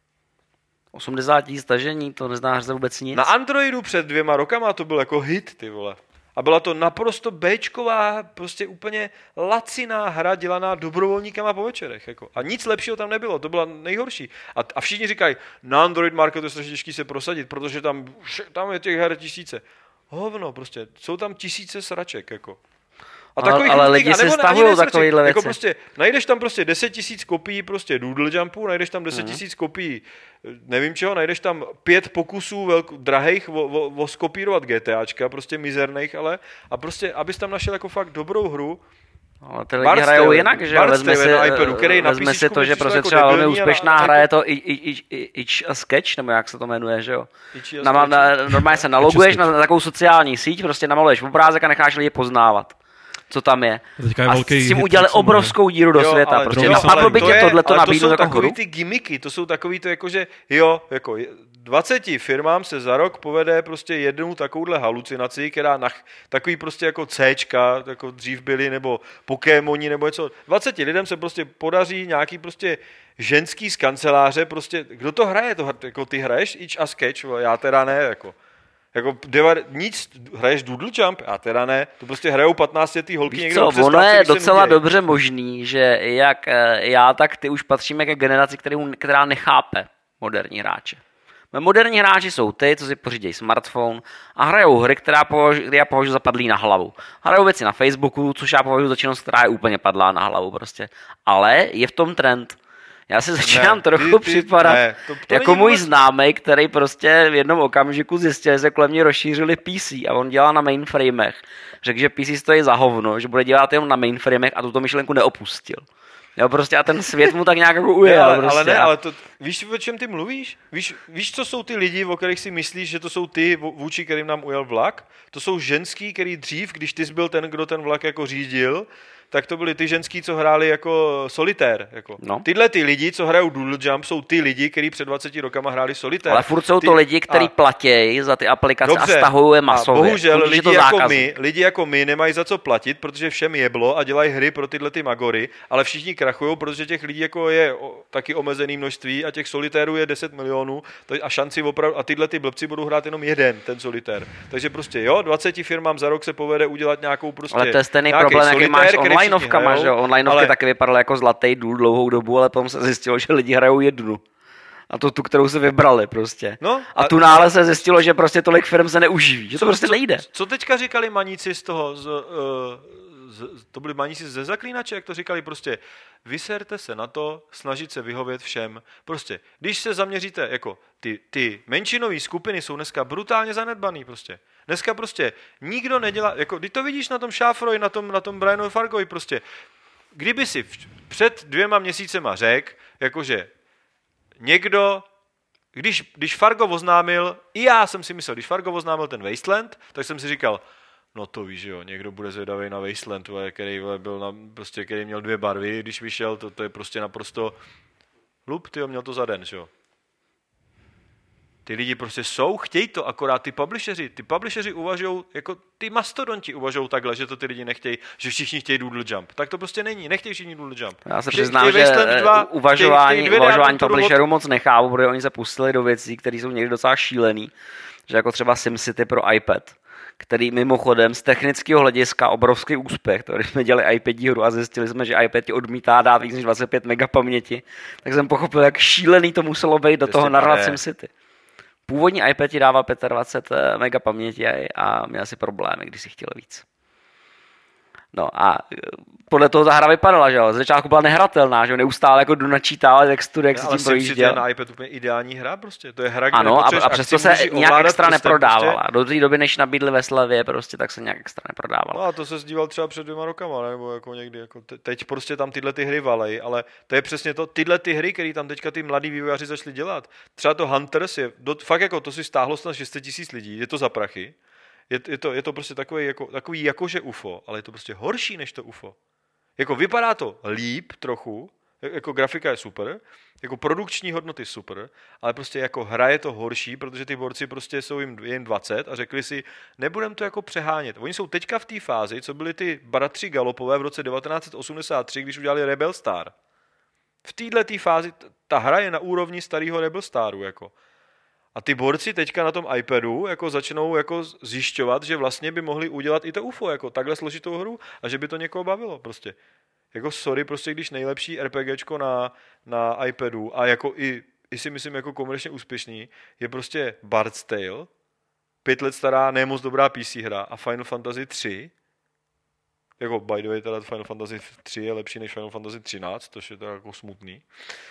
Speaker 2: 80 000 stažení, to neznáš za vůbec nic.
Speaker 4: Na Androidu před 2 rokama to byl jako hit, ty vole. A byla to naprosto béčková, prostě úplně laciná hra dělaná dobrovolníkama po večerech. Jako. A nic lepšího tam nebylo, to byla nejhorší. A všichni říkají, na Android marketu je strašně těžký se prosadit, protože tam je těch her tisíce. Hovno, prostě, jsou tam tisíce sraček, jako.
Speaker 2: Ale lidi se stahují takovýhle věci.
Speaker 4: Jako prostě, najdeš tam prostě 10 000 kopií prostě Doodle Jumpu, najdeš tam 10 000 kopií nevím čeho, najdeš tam 5 pokusů drahejch skopírovat GTAčka, prostě mizerných, ale a prostě, abys tam našel jako fakt dobrou hru.
Speaker 2: Ale ty lidi hrajou jinak, že vezme si to, že prostě třeba velmi úspěšná hra je to Itch a Sketch, nebo jak se to jmenuje, že jo? Normálně se naloguješ na takovou sociální síť, prostě namaluješ obrázek a necháš lidi poznávat, co tam je. A s tím udělali obrovskou díru do světa. Prostě napadlo by tě tohleto nabídnout jako hru?
Speaker 4: To jsou takový ty gimmicky, to jsou takový to jako, že jo, jako 20 firmám se za rok povede prostě jednu takovouhle halucinaci, která takový prostě jako Cčka, jako dřív byly, nebo Pokémoni, nebo něco. 20 lidem se prostě podaří nějaký prostě ženský z kanceláře, prostě, kdo to hraje? Jako ty hraješ Itch a Sketch, já teda ne, jako nic, hraješ Doodle Jump? Já teda ne, to prostě hrajou 15letý holky někde.
Speaker 2: Ono je docela dobře možný, že jak já, tak ty už patříme ke generaci, která nechápe moderní hráče. Moderní hráči jsou ty, co si pořídějí smartphone a hrajou hry, které já považuji za padlý na hlavu. Hrajou věci na Facebooku, což já považuji za činnost, která je úplně padlá na hlavu prostě. Ale je v tom trend. Já si začínám trochu připadat jako můj známej, který prostě v jednom okamžiku zjistil, že se kolem mě rozšířili PC a on dělá na mainframech. Řekl, že PC stojí za hovno, že bude dělat jenom na mainframech a tuto myšlenku neopustil. Jo, prostě a ten svět mu tak nějak jako ujel.
Speaker 4: Ale to, víš, o čem ty mluvíš? Víš, co jsou ty lidi, o kterých si myslíš, že to jsou ty, vůči kterým nám ujel vlak? To jsou ženský, který dřív, když ty jsi byl ten, kdo ten vlak jako řídil, tak to byli ty ženský, co hráli jako solitér. Jako. No. Tyhle ty lidi, co hrajou Doodle Jump, jsou ty lidi, kteří před 20 rokama hráli solitér.
Speaker 2: Ale furt jsou to lidi, kteří platí za ty aplikace a stahují je masově.
Speaker 4: Bohužel lidi jako my nemají za co platit, protože všem jeblo a dělají hry pro tyhle ty magory, ale všichni krachují, protože těch lidí jako je taky omezený množství a těch solitérů je 10 milionů a šanci opravdu, a tyhle ty blbci budou hrát jenom jeden, ten solitér. Takže prostě 20 firmám za rok se povede udělat nějakou prostě.
Speaker 2: Ale to je stejný problém, jaký máš onlineovkama, že jo? Onlineovky taky vypadaly jako zlatý důl dlouhou dobu, ale potom se zjistilo, že lidi hrajou jednu. A to tu, kterou se vybrali prostě. No, a tu nále se zjistilo, že prostě tolik firm se neuživí. Že to prostě nejde.
Speaker 4: Co teďka říkali maníci z toho, to byli maníci ze Zaklínače, jak to říkali prostě, vyserte se na to, snažit se vyhovět všem. Prostě, když se zaměříte, jako ty menšinové skupiny jsou dneska brutálně zanedbaný prostě. Dneska prostě nikdo nedělá, jako když to vidíš na tom Šáfroji, na tom Brianu Fargovi prostě, kdyby si před 2 měsícema řekl, jakože někdo, když Fargo oznámil, i já jsem si myslel, když Fargo oznámil ten Wasteland, tak jsem si říkal, no to víš, jo, někdo bude zvědavý na Wasteland, který měl 2 barvy, když vyšel, to je prostě naprosto hlup, měl to za den, že jo. Ty lidi prostě chtějí to, akorát ty publisheri uvažují, jako ty mastodonti uvažují takhle, že to ty lidi nechtějí, že všichni chtějí doodle jump. Tak to prostě není, nechtějí všichni doodle jump.
Speaker 2: Já se přiznám, že uvažování publisherů moc nechápu, protože oni se pustili do věcí, které jsou někdy docela šílený, že jako třeba SimCity pro iPad, který mimochodem z technického hlediska obrovský úspěch. To, když jsme dělali iPad hru a zjistili jsme, že iPad ti odmítá dát víc než 25 MB paměti, tak jsem pochopil, jak šílený to muselo být do toho narvat SimCity. Původní iPad ti dával 25 MB paměti a měl si problémy, když si chtěl víc. No a podle toho ta hra vypadala, že jo. Z začátku byla nehratelná, že jo. Neustále jako načítala textury, jak si tím projížděl.
Speaker 4: Ale na iPad úplně ideální hra prostě. To je hra,
Speaker 2: ano, a přesto se nějak extra neprodávala. Prostě... Do té doby, než nabídli ve slevě, prostě tak se nějak extra neprodávala.
Speaker 4: No a to se zdíval třeba před 2 rokama, nebo jako někdy. Jako teď prostě tam tyhle ty hry valej, ale to je přesně to, tyhle ty hry, které tam teďka ty mladí vývojáři začali dělat. Třeba to Hunters je, fakt jako to si stáhlo snad 600 000 lidí, je to za prachy. Je to prostě takový jakože UFO, ale je to prostě horší než to UFO. Jako vypadá to líp trochu, jako grafika je super, jako produkční hodnoty super, ale prostě jako hra je to horší, protože ty borci prostě jsou jim 20 a řekli si, nebudem to jako přehánět. Oni jsou teďka v té fázi, co byli ty bratři Galopové v roce 1983, když udělali Rebel Star. V této fázi ta hra je na úrovni starého Rebel Staru, jako. A ty borci teďka na tom iPadu jako začnou jako zjišťovat, že vlastně by mohli udělat i to UFO, jako takhle složitou hru a že by to někoho bavilo prostě. Jako sorry, prostě když nejlepší RPGčko na iPadu a jako i si myslím jako komerčně úspěšný je prostě Bard's Tale, 5 let stará, ne moc dobrá PC hra a Final Fantasy 3. Jako by the way, teda Final Fantasy 3 je lepší než Final Fantasy 13, což je to jako smutný.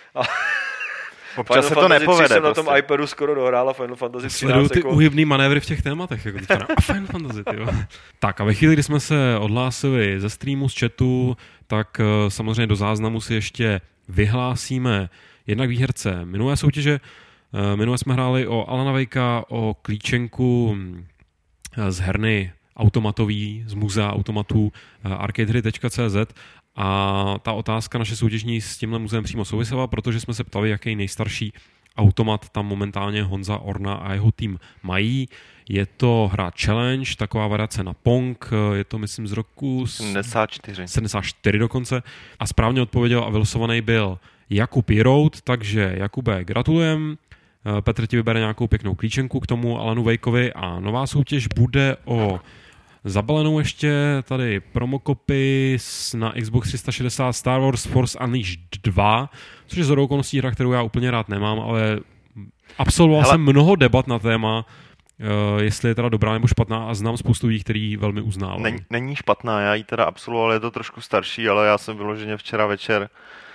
Speaker 1: Občas se to nepovede.
Speaker 4: Jsem na tom iPadu skoro dohrála Final Fantasy 13.
Speaker 3: Sleduju ty uhybný manévry v těch tématech. Jako a Final Fantasy, tyjo. Tak a ve chvíli, kdy jsme se odhlásili ze streamu, z chatu, tak samozřejmě do záznamu si ještě vyhlásíme jednak výherce minulé soutěže. Minule jsme hráli o Alana Wakea, o klíčenku z herny automatový, z muzea automatů arcadehry.cz. A ta otázka naše soutěžní s tímhle muzeem přímo souvisela, protože jsme se ptali, jaký nejstarší automat tam momentálně Honza Orna a jeho tým mají. Je to hra Challenge, taková variace na Pong, je to myslím z roku 74 dokonce. A správně odpověděl a vylosovaný byl Jakub Jirout, takže Jakube, gratulujem. Petr ti vybere nějakou pěknou klíčenku k tomu Alanu Wakeovi a nová soutěž bude o zabalenou ještě tady promokopy na Xbox 360 Star Wars Force Unleashed 2, což je shodou okolností hra, kterou já úplně rád nemám, ale absolvoval jsem mnoho debat na téma, jestli je teda dobrá nebo špatná a znám spoustu lidí, který velmi uznávají.
Speaker 1: Není špatná, já ji teda absolvoval, je to trošku starší, ale já jsem vyloženě včera večer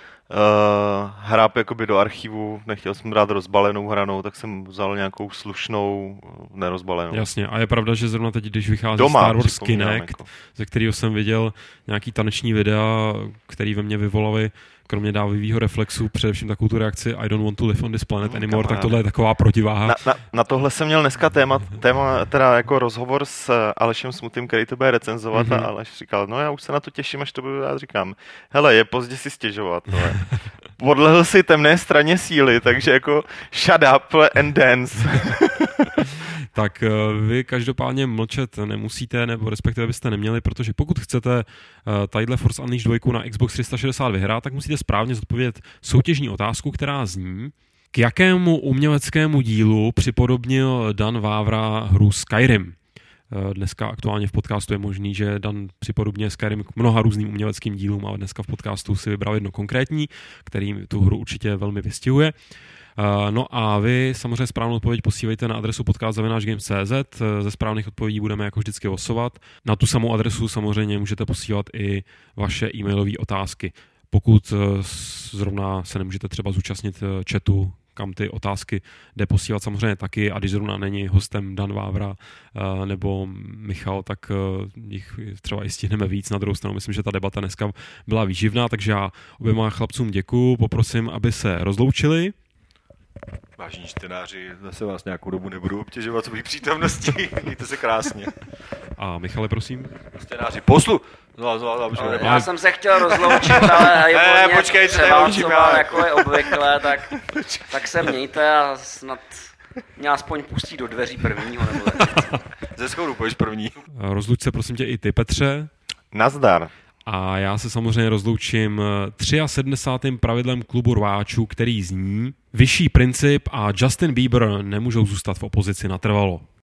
Speaker 1: hráb jakoby do archivu, nechtěl jsem brát rozbalenou hranou, tak jsem vzal nějakou slušnou nerozbalenou.
Speaker 3: Jasně, a je pravda, že zrovna teď, když vychází Star Wars Kinect, jako. Ze kterého jsem viděl nějaký taneční videa, který ve mně vyvolali kromě dávivýho reflexu, především takovou tu reakci I don't want to live on this planet anymore, tak tohle je taková protiváha.
Speaker 1: Na tohle jsem měl dneska téma teda jako rozhovor s Alešem Smutým, který to bude recenzovat a Aleš říkal, no já už se na to těším, až to budu já říkám, hele, je pozdě si stěžovat. Podlehl si temné straně síly, takže jako shut up and dance.
Speaker 3: Tak vy každopádně mlčet nemusíte, nebo respektive byste neměli, protože pokud chcete tadyhle Force Unleashed 2 na Xbox 360 vyhrát, tak musíte správně zodpovědět soutěžní otázku, která zní, k jakému uměleckému dílu připodobnil Dan Vávra hru Skyrim. Dneska aktuálně v podcastu je možný, že Dan připodobňuje Skyrim k mnoha různým uměleckým dílům, ale dneska v podcastu si vybral jedno konkrétní, který tu hru určitě velmi vystihuje. No a vy samozřejmě správnou odpověď posílejte na adresu podcast@games.cz. Ze správných odpovědí budeme jako vždycky losovat. Na tu samou adresu samozřejmě můžete posílat i vaše e-mailové otázky. Pokud zrovna se nemůžete třeba zúčastnit chatu, kam ty otázky jde posílat samozřejmě taky, a když zrovna není hostem Dan Vávra nebo Michal, tak jich třeba i stihneme víc. Na druhou stranu myslím, že ta debata dneska byla výživná, takže já oběma chlapcům děkuju, poprosím, aby se rozloučili.
Speaker 4: Vážení čtenáři, zase vás nějakou dobu nebudu obtěžovat svojí přítomností. Mějte se krásně.
Speaker 3: A Michale, prosím.
Speaker 4: Čtenáři,
Speaker 2: já jsem se chtěl rozloučit, ale
Speaker 4: počkejte,
Speaker 2: převálcoval, jako je obvykle, tak se mějte a snad Mě aspoň pustí do dveří prvního, nebo tak.
Speaker 4: Ze schodu pojď první.
Speaker 3: Rozluč se prosím tě i ty, Petře.
Speaker 1: Nazdar.
Speaker 3: A já se samozřejmě rozloučím 73. pravidlem klubu rváčů, který zní: vyšší princip a Justin Bieber nemůžou zůstat v opozici natrvalo.